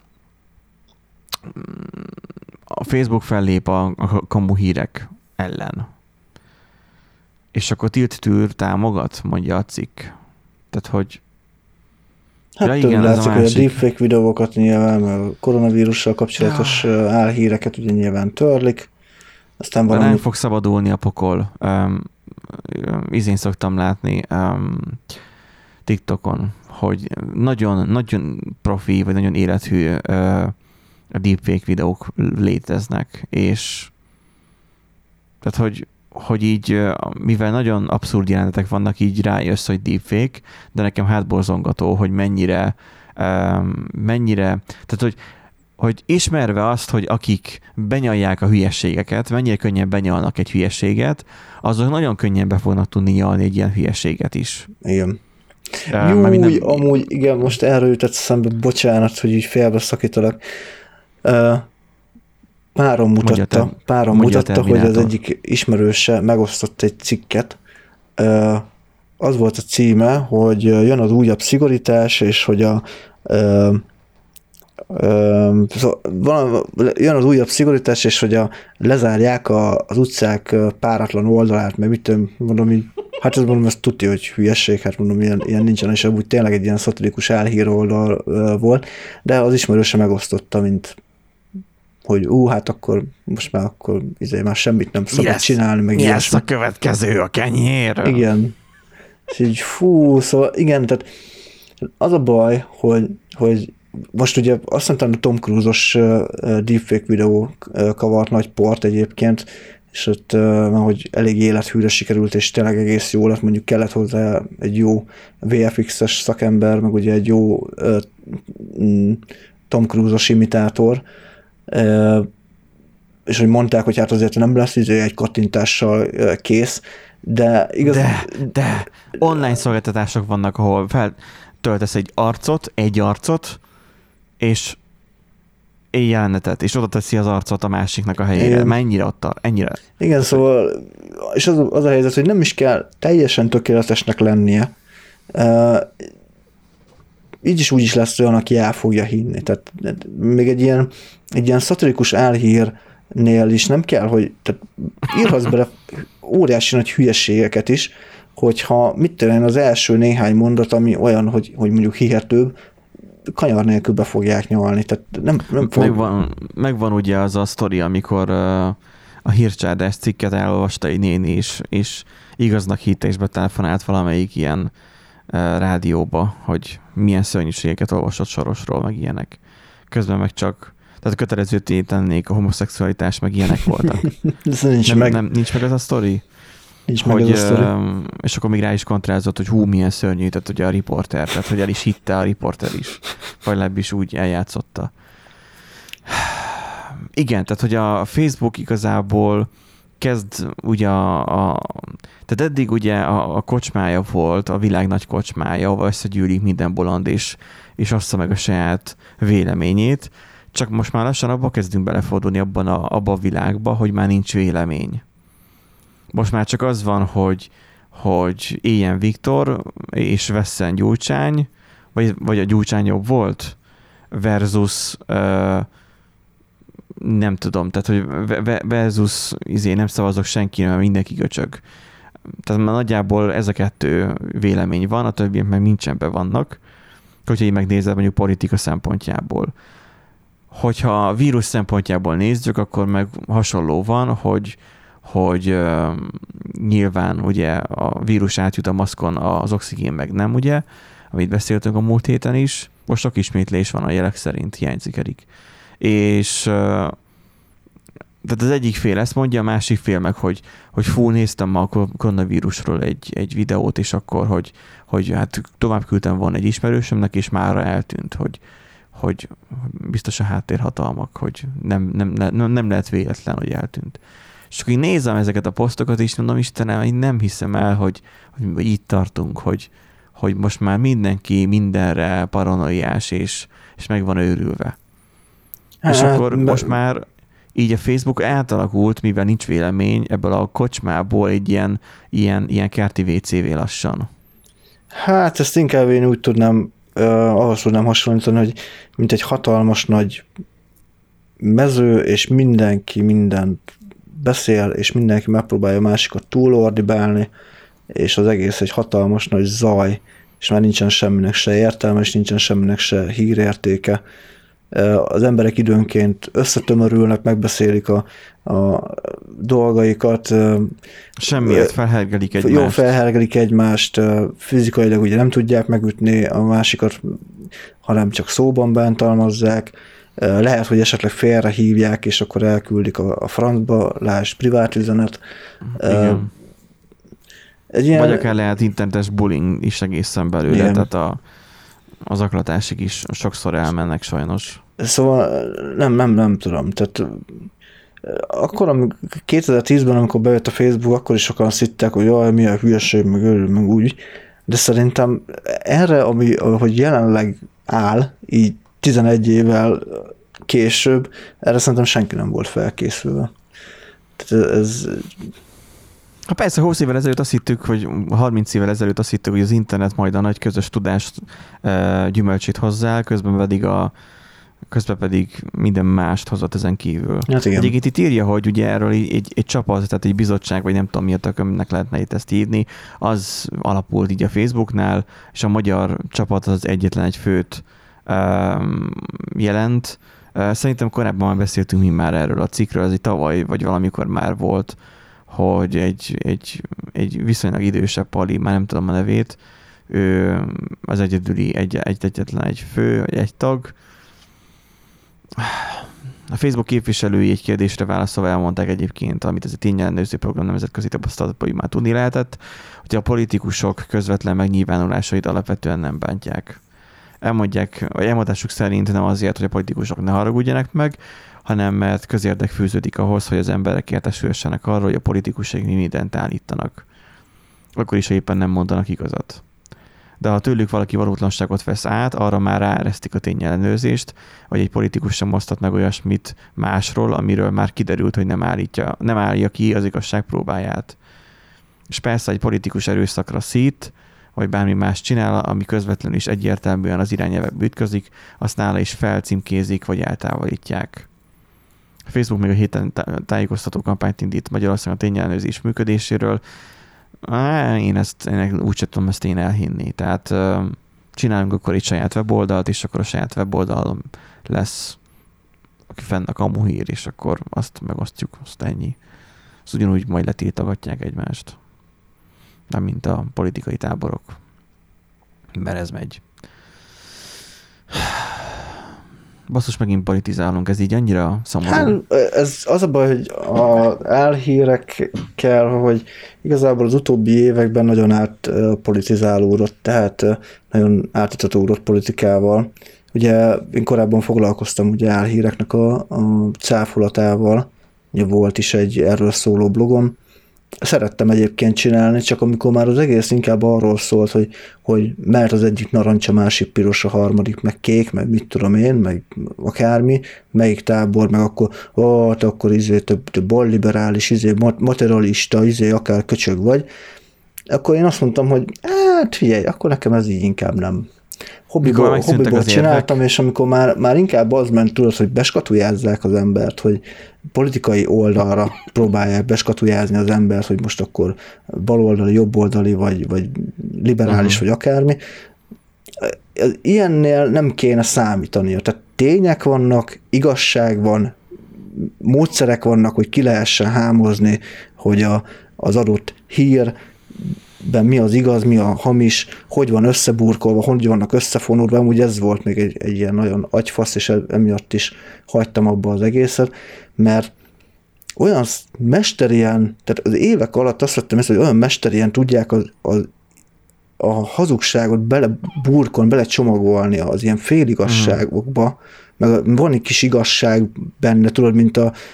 a Facebook fellép a kamu hírek ellen. És akkor Tilt támogat, mondja a cikk. Tehát, hogy hát igen, látszik, hogy a deepfake videókat nyilván, a koronavírussal kapcsolatos álhíreket ugye nyilván törlik. Aztán valami... nem fog szabadulni a pokol. Izén szoktam látni TikTokon, hogy nagyon, nagyon profi, vagy nagyon élethű deepfake videók léteznek, és tehát, hogy így, mivel nagyon abszurd jelenetek vannak, így rájössz, hogy deepfake, de nekem hátborzongató, hogy mennyire, tehát, hogy ismerve azt, hogy akik benyalják a hülyességeket, mennyire könnyen benyalnak egy hülyeséget, azok nagyon könnyen be fognak tudni nyalni egy ilyen hülyeséget is. Igen. Amúgy igen, most erről jutott szembe, bocsánat, hogy így félbeszakítalak. Párom mutatta, hogy az egyik ismerőse megosztott egy cikket. Az volt a címe, hogy jön az újabb szigorítás, és hogy jön az újabb szigorítás, és hogy lezárják az utcák páratlan oldalát, mert mit mondom így, Hát ez mondom, ezt tudja, hogy hülyesség, hát mondom, ilyen nincsen, és amúgy tényleg egy ilyen szatirikus álhír oldal volt, de az ismerőse megosztotta, mint hogy hát akkor most már már semmit nem szabad csinálni, meg mi lesz a következő, a kenyér? Igen. És így szóval igen, tehát az a baj, hogy most ugye azt mondtam, hogy Tom Cruise-os deepfake videó kavart nagy port egyébként, és ott hogy elég élethűre sikerült, és tényleg egész jó lett, mondjuk kellett hozzá egy jó VFX-es szakember, meg ugye egy jó Tom Cruise-os imitátor, és hogy mondták, hogy hát azért nem lesz egy kattintással kész, de igaz... De online szolgáltatások vannak, ahol feltöltesz egy arcot, és egy jelenetet, és oda teszi az arcot a másiknak a helyére. Mennyire adta? Ennyire. Igen, szóval, és az a helyzet, hogy nem is kell teljesen tökéletesnek lennie. Így is úgy is lesz olyan, aki el fogja hinni. Tehát még egy ilyen szatirikus álhírnél is nem kell, hogy tehát írhatsz bele óriási nagy hülyeségeket is, hogyha mit tudom, az első néhány mondat, ami olyan, hogy mondjuk hihetőbb, kanyar nélkül be fogják nyalni. Tehát nem fog... megvan ugye az a sztori, amikor a hírcsádás cikket elolvasta egy néni is, és igaznak hitte, és betelefonált valamelyik ilyen rádióba, hogy milyen szörnyűségeket olvasott Sorosról, meg ilyenek. Közben meg csak, tehát kötelezővé tennék a homoszexualitás, meg ilyenek voltak. nincs meg az a sztori? Nincs meg az a sztori. És akkor még rá is kontrázott, hogy milyen szörnyű, tehát ugye a riporter, tehát hogy el is hitte a riporter is, vagy legalábbis úgy eljátszotta. Igen, tehát hogy a Facebook igazából kezd ugye tehát eddig ugye a kocsmája volt, a világ nagy kocsmája, ahol összegyűlik minden bolond, és ossza meg a saját véleményét, csak most már lassan abba kezdünk belefordulni abba a világba, hogy már nincs vélemény. Most már csak az van, hogy éljen Viktor, és vesszen Gyurcsány, vagy a Gyurcsány jobb volt, versus nem tudom, tehát hogy versus nem szavazok senki, mert mindenki göcsög. Tehát már nagyjából ez a kettő vélemény van, a többiek meg nincsenben vannak, hogyha így megnézed mondjuk politika szempontjából. Hogyha a vírus szempontjából nézzük, akkor meg hasonló van, hogy nyilván ugye a vírus átjut a maszkon, az oxigén meg nem, ugye, amit beszéltünk a múlt héten is, most sok ismétlés van a jelek szerint, hiányzik Erik. És tehát az egyik fél ezt mondja, a másik fél meg, hogy néztem ma a koronavírusról egy videót, és akkor, hogy hát tovább küldtem volna egy ismerősömnek, és mára eltűnt, hogy biztos a háttérhatalmak, hogy nem lehet véletlen, hogy eltűnt. És akkor én nézem ezeket a posztokat, és mondom, Istenem, én nem hiszem el, hogy itt tartunk, hogy most már mindenki mindenre paranoiás, és meg van őrülve. És akkor most már így a Facebook átalakult, mivel nincs vélemény, ebből a kocsmából egy ilyen kerti WC-vé lassan. Hát ezt inkább én úgy tudnám, ahhoz tudnám hasonlítani, hogy mint egy hatalmas nagy mező, és mindenki mindent beszél, és mindenki megpróbálja a másikat túlordibálni, és az egész egy hatalmas nagy zaj, és már nincsen semminek se értelme, és nincsen semminek se hírértéke. Az emberek időnként összetömörülnek, megbeszélik a dolgaikat. Semmiért felhergelik egymást. Jó, felhergelik egymást, fizikailag ugye nem tudják megütni a másikat, hanem csak szóban bántalmazzák. Lehet, hogy esetleg félrehívják, és akkor elküldik a francba, lásd privát üzenet. Igen. Vagy akár lehet internetes bullying is egészen belőle, tehát az zaklatásig is sokszor elmennek sajnos. Szóval nem tudom. Tehát akkor 2010-ben, amikor bejött a Facebook, akkor is sokan azt hittek, hogy jaj, mi a hülyeség, meg úgy. De szerintem erre, hogy jelenleg áll, így 11 évvel később, erre szerintem senki nem volt felkészülve. Tehát ez... Ha persze, 20 évvel ezelőtt azt hittük, hogy 30 évvel ezelőtt azt hittük, hogy az internet majd a nagy közös tudást gyümölcsét hozzá, közben pedig közben pedig minden mást hozott ezen kívül. Hát igen. Egyébként itt írja, hogy ugye erről egy csapat, tehát egy bizottság, vagy nem tudom mi a tökömnek lehetne itt ezt írni, az alapult így a Facebooknál, és a magyar csapat az egyetlen egy főt jelent. Szerintem korábban már beszéltünk mi már erről a cikkről, ez egy tavaly, vagy valamikor már volt, hogy egy viszonylag idősebb pali, már nem tudom a nevét, ő az egyedüli, egyetlen egy fő, egy tag. A Facebook képviselői egy kérdésre válaszolva elmondták egyébként, amit ez a tényellenőrző program nemzetközi tapasztalatból már tudni lehetett, hogy a politikusok közvetlen megnyilvánulásait alapvetően nem bántják. Elmondásuk szerint nem azért, hogy a politikusok ne haragudjanak meg, hanem mert közérdek fűződik ahhoz, hogy az emberek értesülhessenek arról, hogy a politikusok mindent állítanak. Akkor is, ha éppen nem mondanak igazat. De ha tőlük valaki valótlanságot vesz át, arra már ráeresztik a tényellenőrzést, vagy egy politikus sem osztat meg olyasmit másról, amiről már kiderült, hogy nem állja ki az igazság próbáját. És persze egy politikus erőszakra szít, vagy bármi más csinál, ami közvetlenül is egyértelműen az irányelvekbe ütközik, azt nála is felcímkézik, vagy eltávolítják. A Facebook még a héten tájékoztató kampányt indít Magyarországon a tényellenőrzés működéséről. Én úgyse tudom ezt én elhinni. Tehát csinálunk akkor egy saját weboldalt, és akkor a saját weboldalon lesz aki fenn a kamu hír, és akkor azt megosztjuk, azt ennyi. Az ugyanúgy majd letiltogatják egymást. Nem mint a politikai táborok. Mert ez megy. Basszus, megint politizálunk, ez így annyira szomorú. Hát, ez az a baj, hogy az álhírekkel, hogy igazából az utóbbi években nagyon átpolitizálódott, tehát nagyon átitatódott politikával. Ugye én korábban foglalkoztam ugye álhíreknek a cáfolatával, ugye volt is egy erről szóló blogom. Szerettem egyébként csinálni, csak amikor már az egész inkább arról szólt, hogy mert az egyik narancs, a másik piros, a harmadik meg kék, meg mit tudom én, meg akármi, melyik tábor, meg akkor több balliberális, materialista, akár köcsög vagy, akkor én azt mondtam, hogy hát figyelj, akkor nekem ez így inkább nem. Hobbiból csináltam, és amikor már inkább az ment, tudod, hogy beskatujázzák az embert, hogy politikai oldalra próbálják beskatujázni az embert, hogy most akkor baloldali, jobboldali, vagy liberális, vagy akármi. Ilyennél nem kéne számítania. Tehát tények vannak, igazság van, módszerek vannak, hogy ki lehessen hámozni, hogy az adott hír mi az igaz, mi a hamis, hogy van összeburkolva, hogy vannak összefonódva, amúgy ez volt még egy ilyen nagyon agyfasz, és emiatt is hagytam abba az egészet, mert olyan mesterien, tehát az évek alatt azt vettem észre, hogy olyan mesterien tudják a hazugságot belecsomagolni az ilyen féligasságokba, meg van egy kis igazság benne, tudod, mint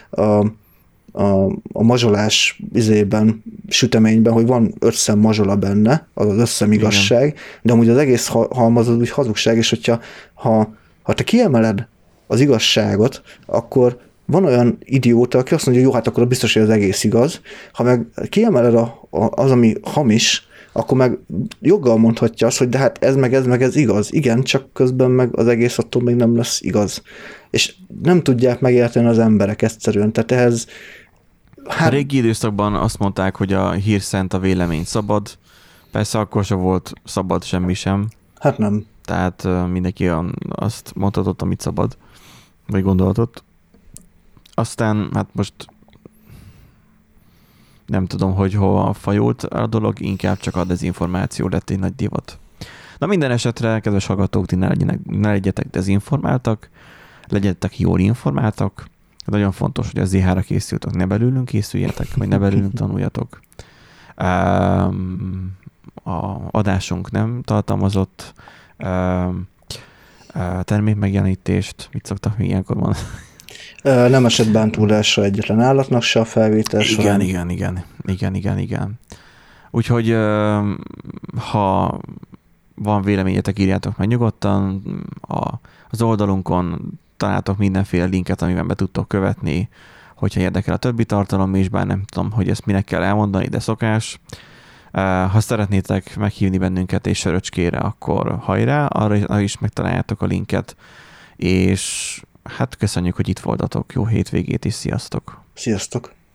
a mazsolás süteményben, hogy van 5 szem mazsola benne, az összem igazság, igen. De amúgy az egész halmaz az úgy hazugság, és hogyha te kiemeled az igazságot, akkor van olyan idióta, aki azt mondja, hogy jó, hát akkor biztos, hogy az egész igaz. Ha meg kiemeled az, ami hamis, akkor meg joggal mondhatja azt, hogy de hát ez igaz. Igen, csak közben meg az egész attól még nem lesz igaz. És nem tudják megérteni az emberek egyszerűen. Tehát ehhez... A régi időszakban azt mondták, hogy a hír szent, a vélemény szabad. Persze akkor sem volt szabad semmi sem. Hát nem. Tehát mindenki azt mondhatott, amit szabad, vagy gondolhatott. Aztán hát most nem tudom, hogy hova fajult a dolog, inkább csak a dezinformáció lett egy nagy divat. Na minden esetre, kedves hallgatók, ti ne legyetek dezinformáltak, legyetek jól informáltak. Nagyon fontos, hogy a ZH-ra készültek, ne belőlünk készüljetek, vagy ne belőlünk tanuljatok. A adásunk nem tartalmazott termékmegjelenítést, mit szoktak még ilyenkor mondani? Nem esett bántulásra egyetlen állatnak se a felvétel során. Igen. Úgyhogy ha van véleményetek, írjátok meg nyugodtan. Az oldalunkon találtok mindenféle linket, amiben be tudtok követni, hogyha érdekel a többi tartalom is, bár nem tudom, hogy ezt minek kell elmondani, de szokás. Ha szeretnétek meghívni bennünket és söröcskére, akkor hajrá, arra is megtaláljátok a linket, és hát köszönjük, hogy itt voltatok. Jó hétvégét és sziasztok! Sziasztok!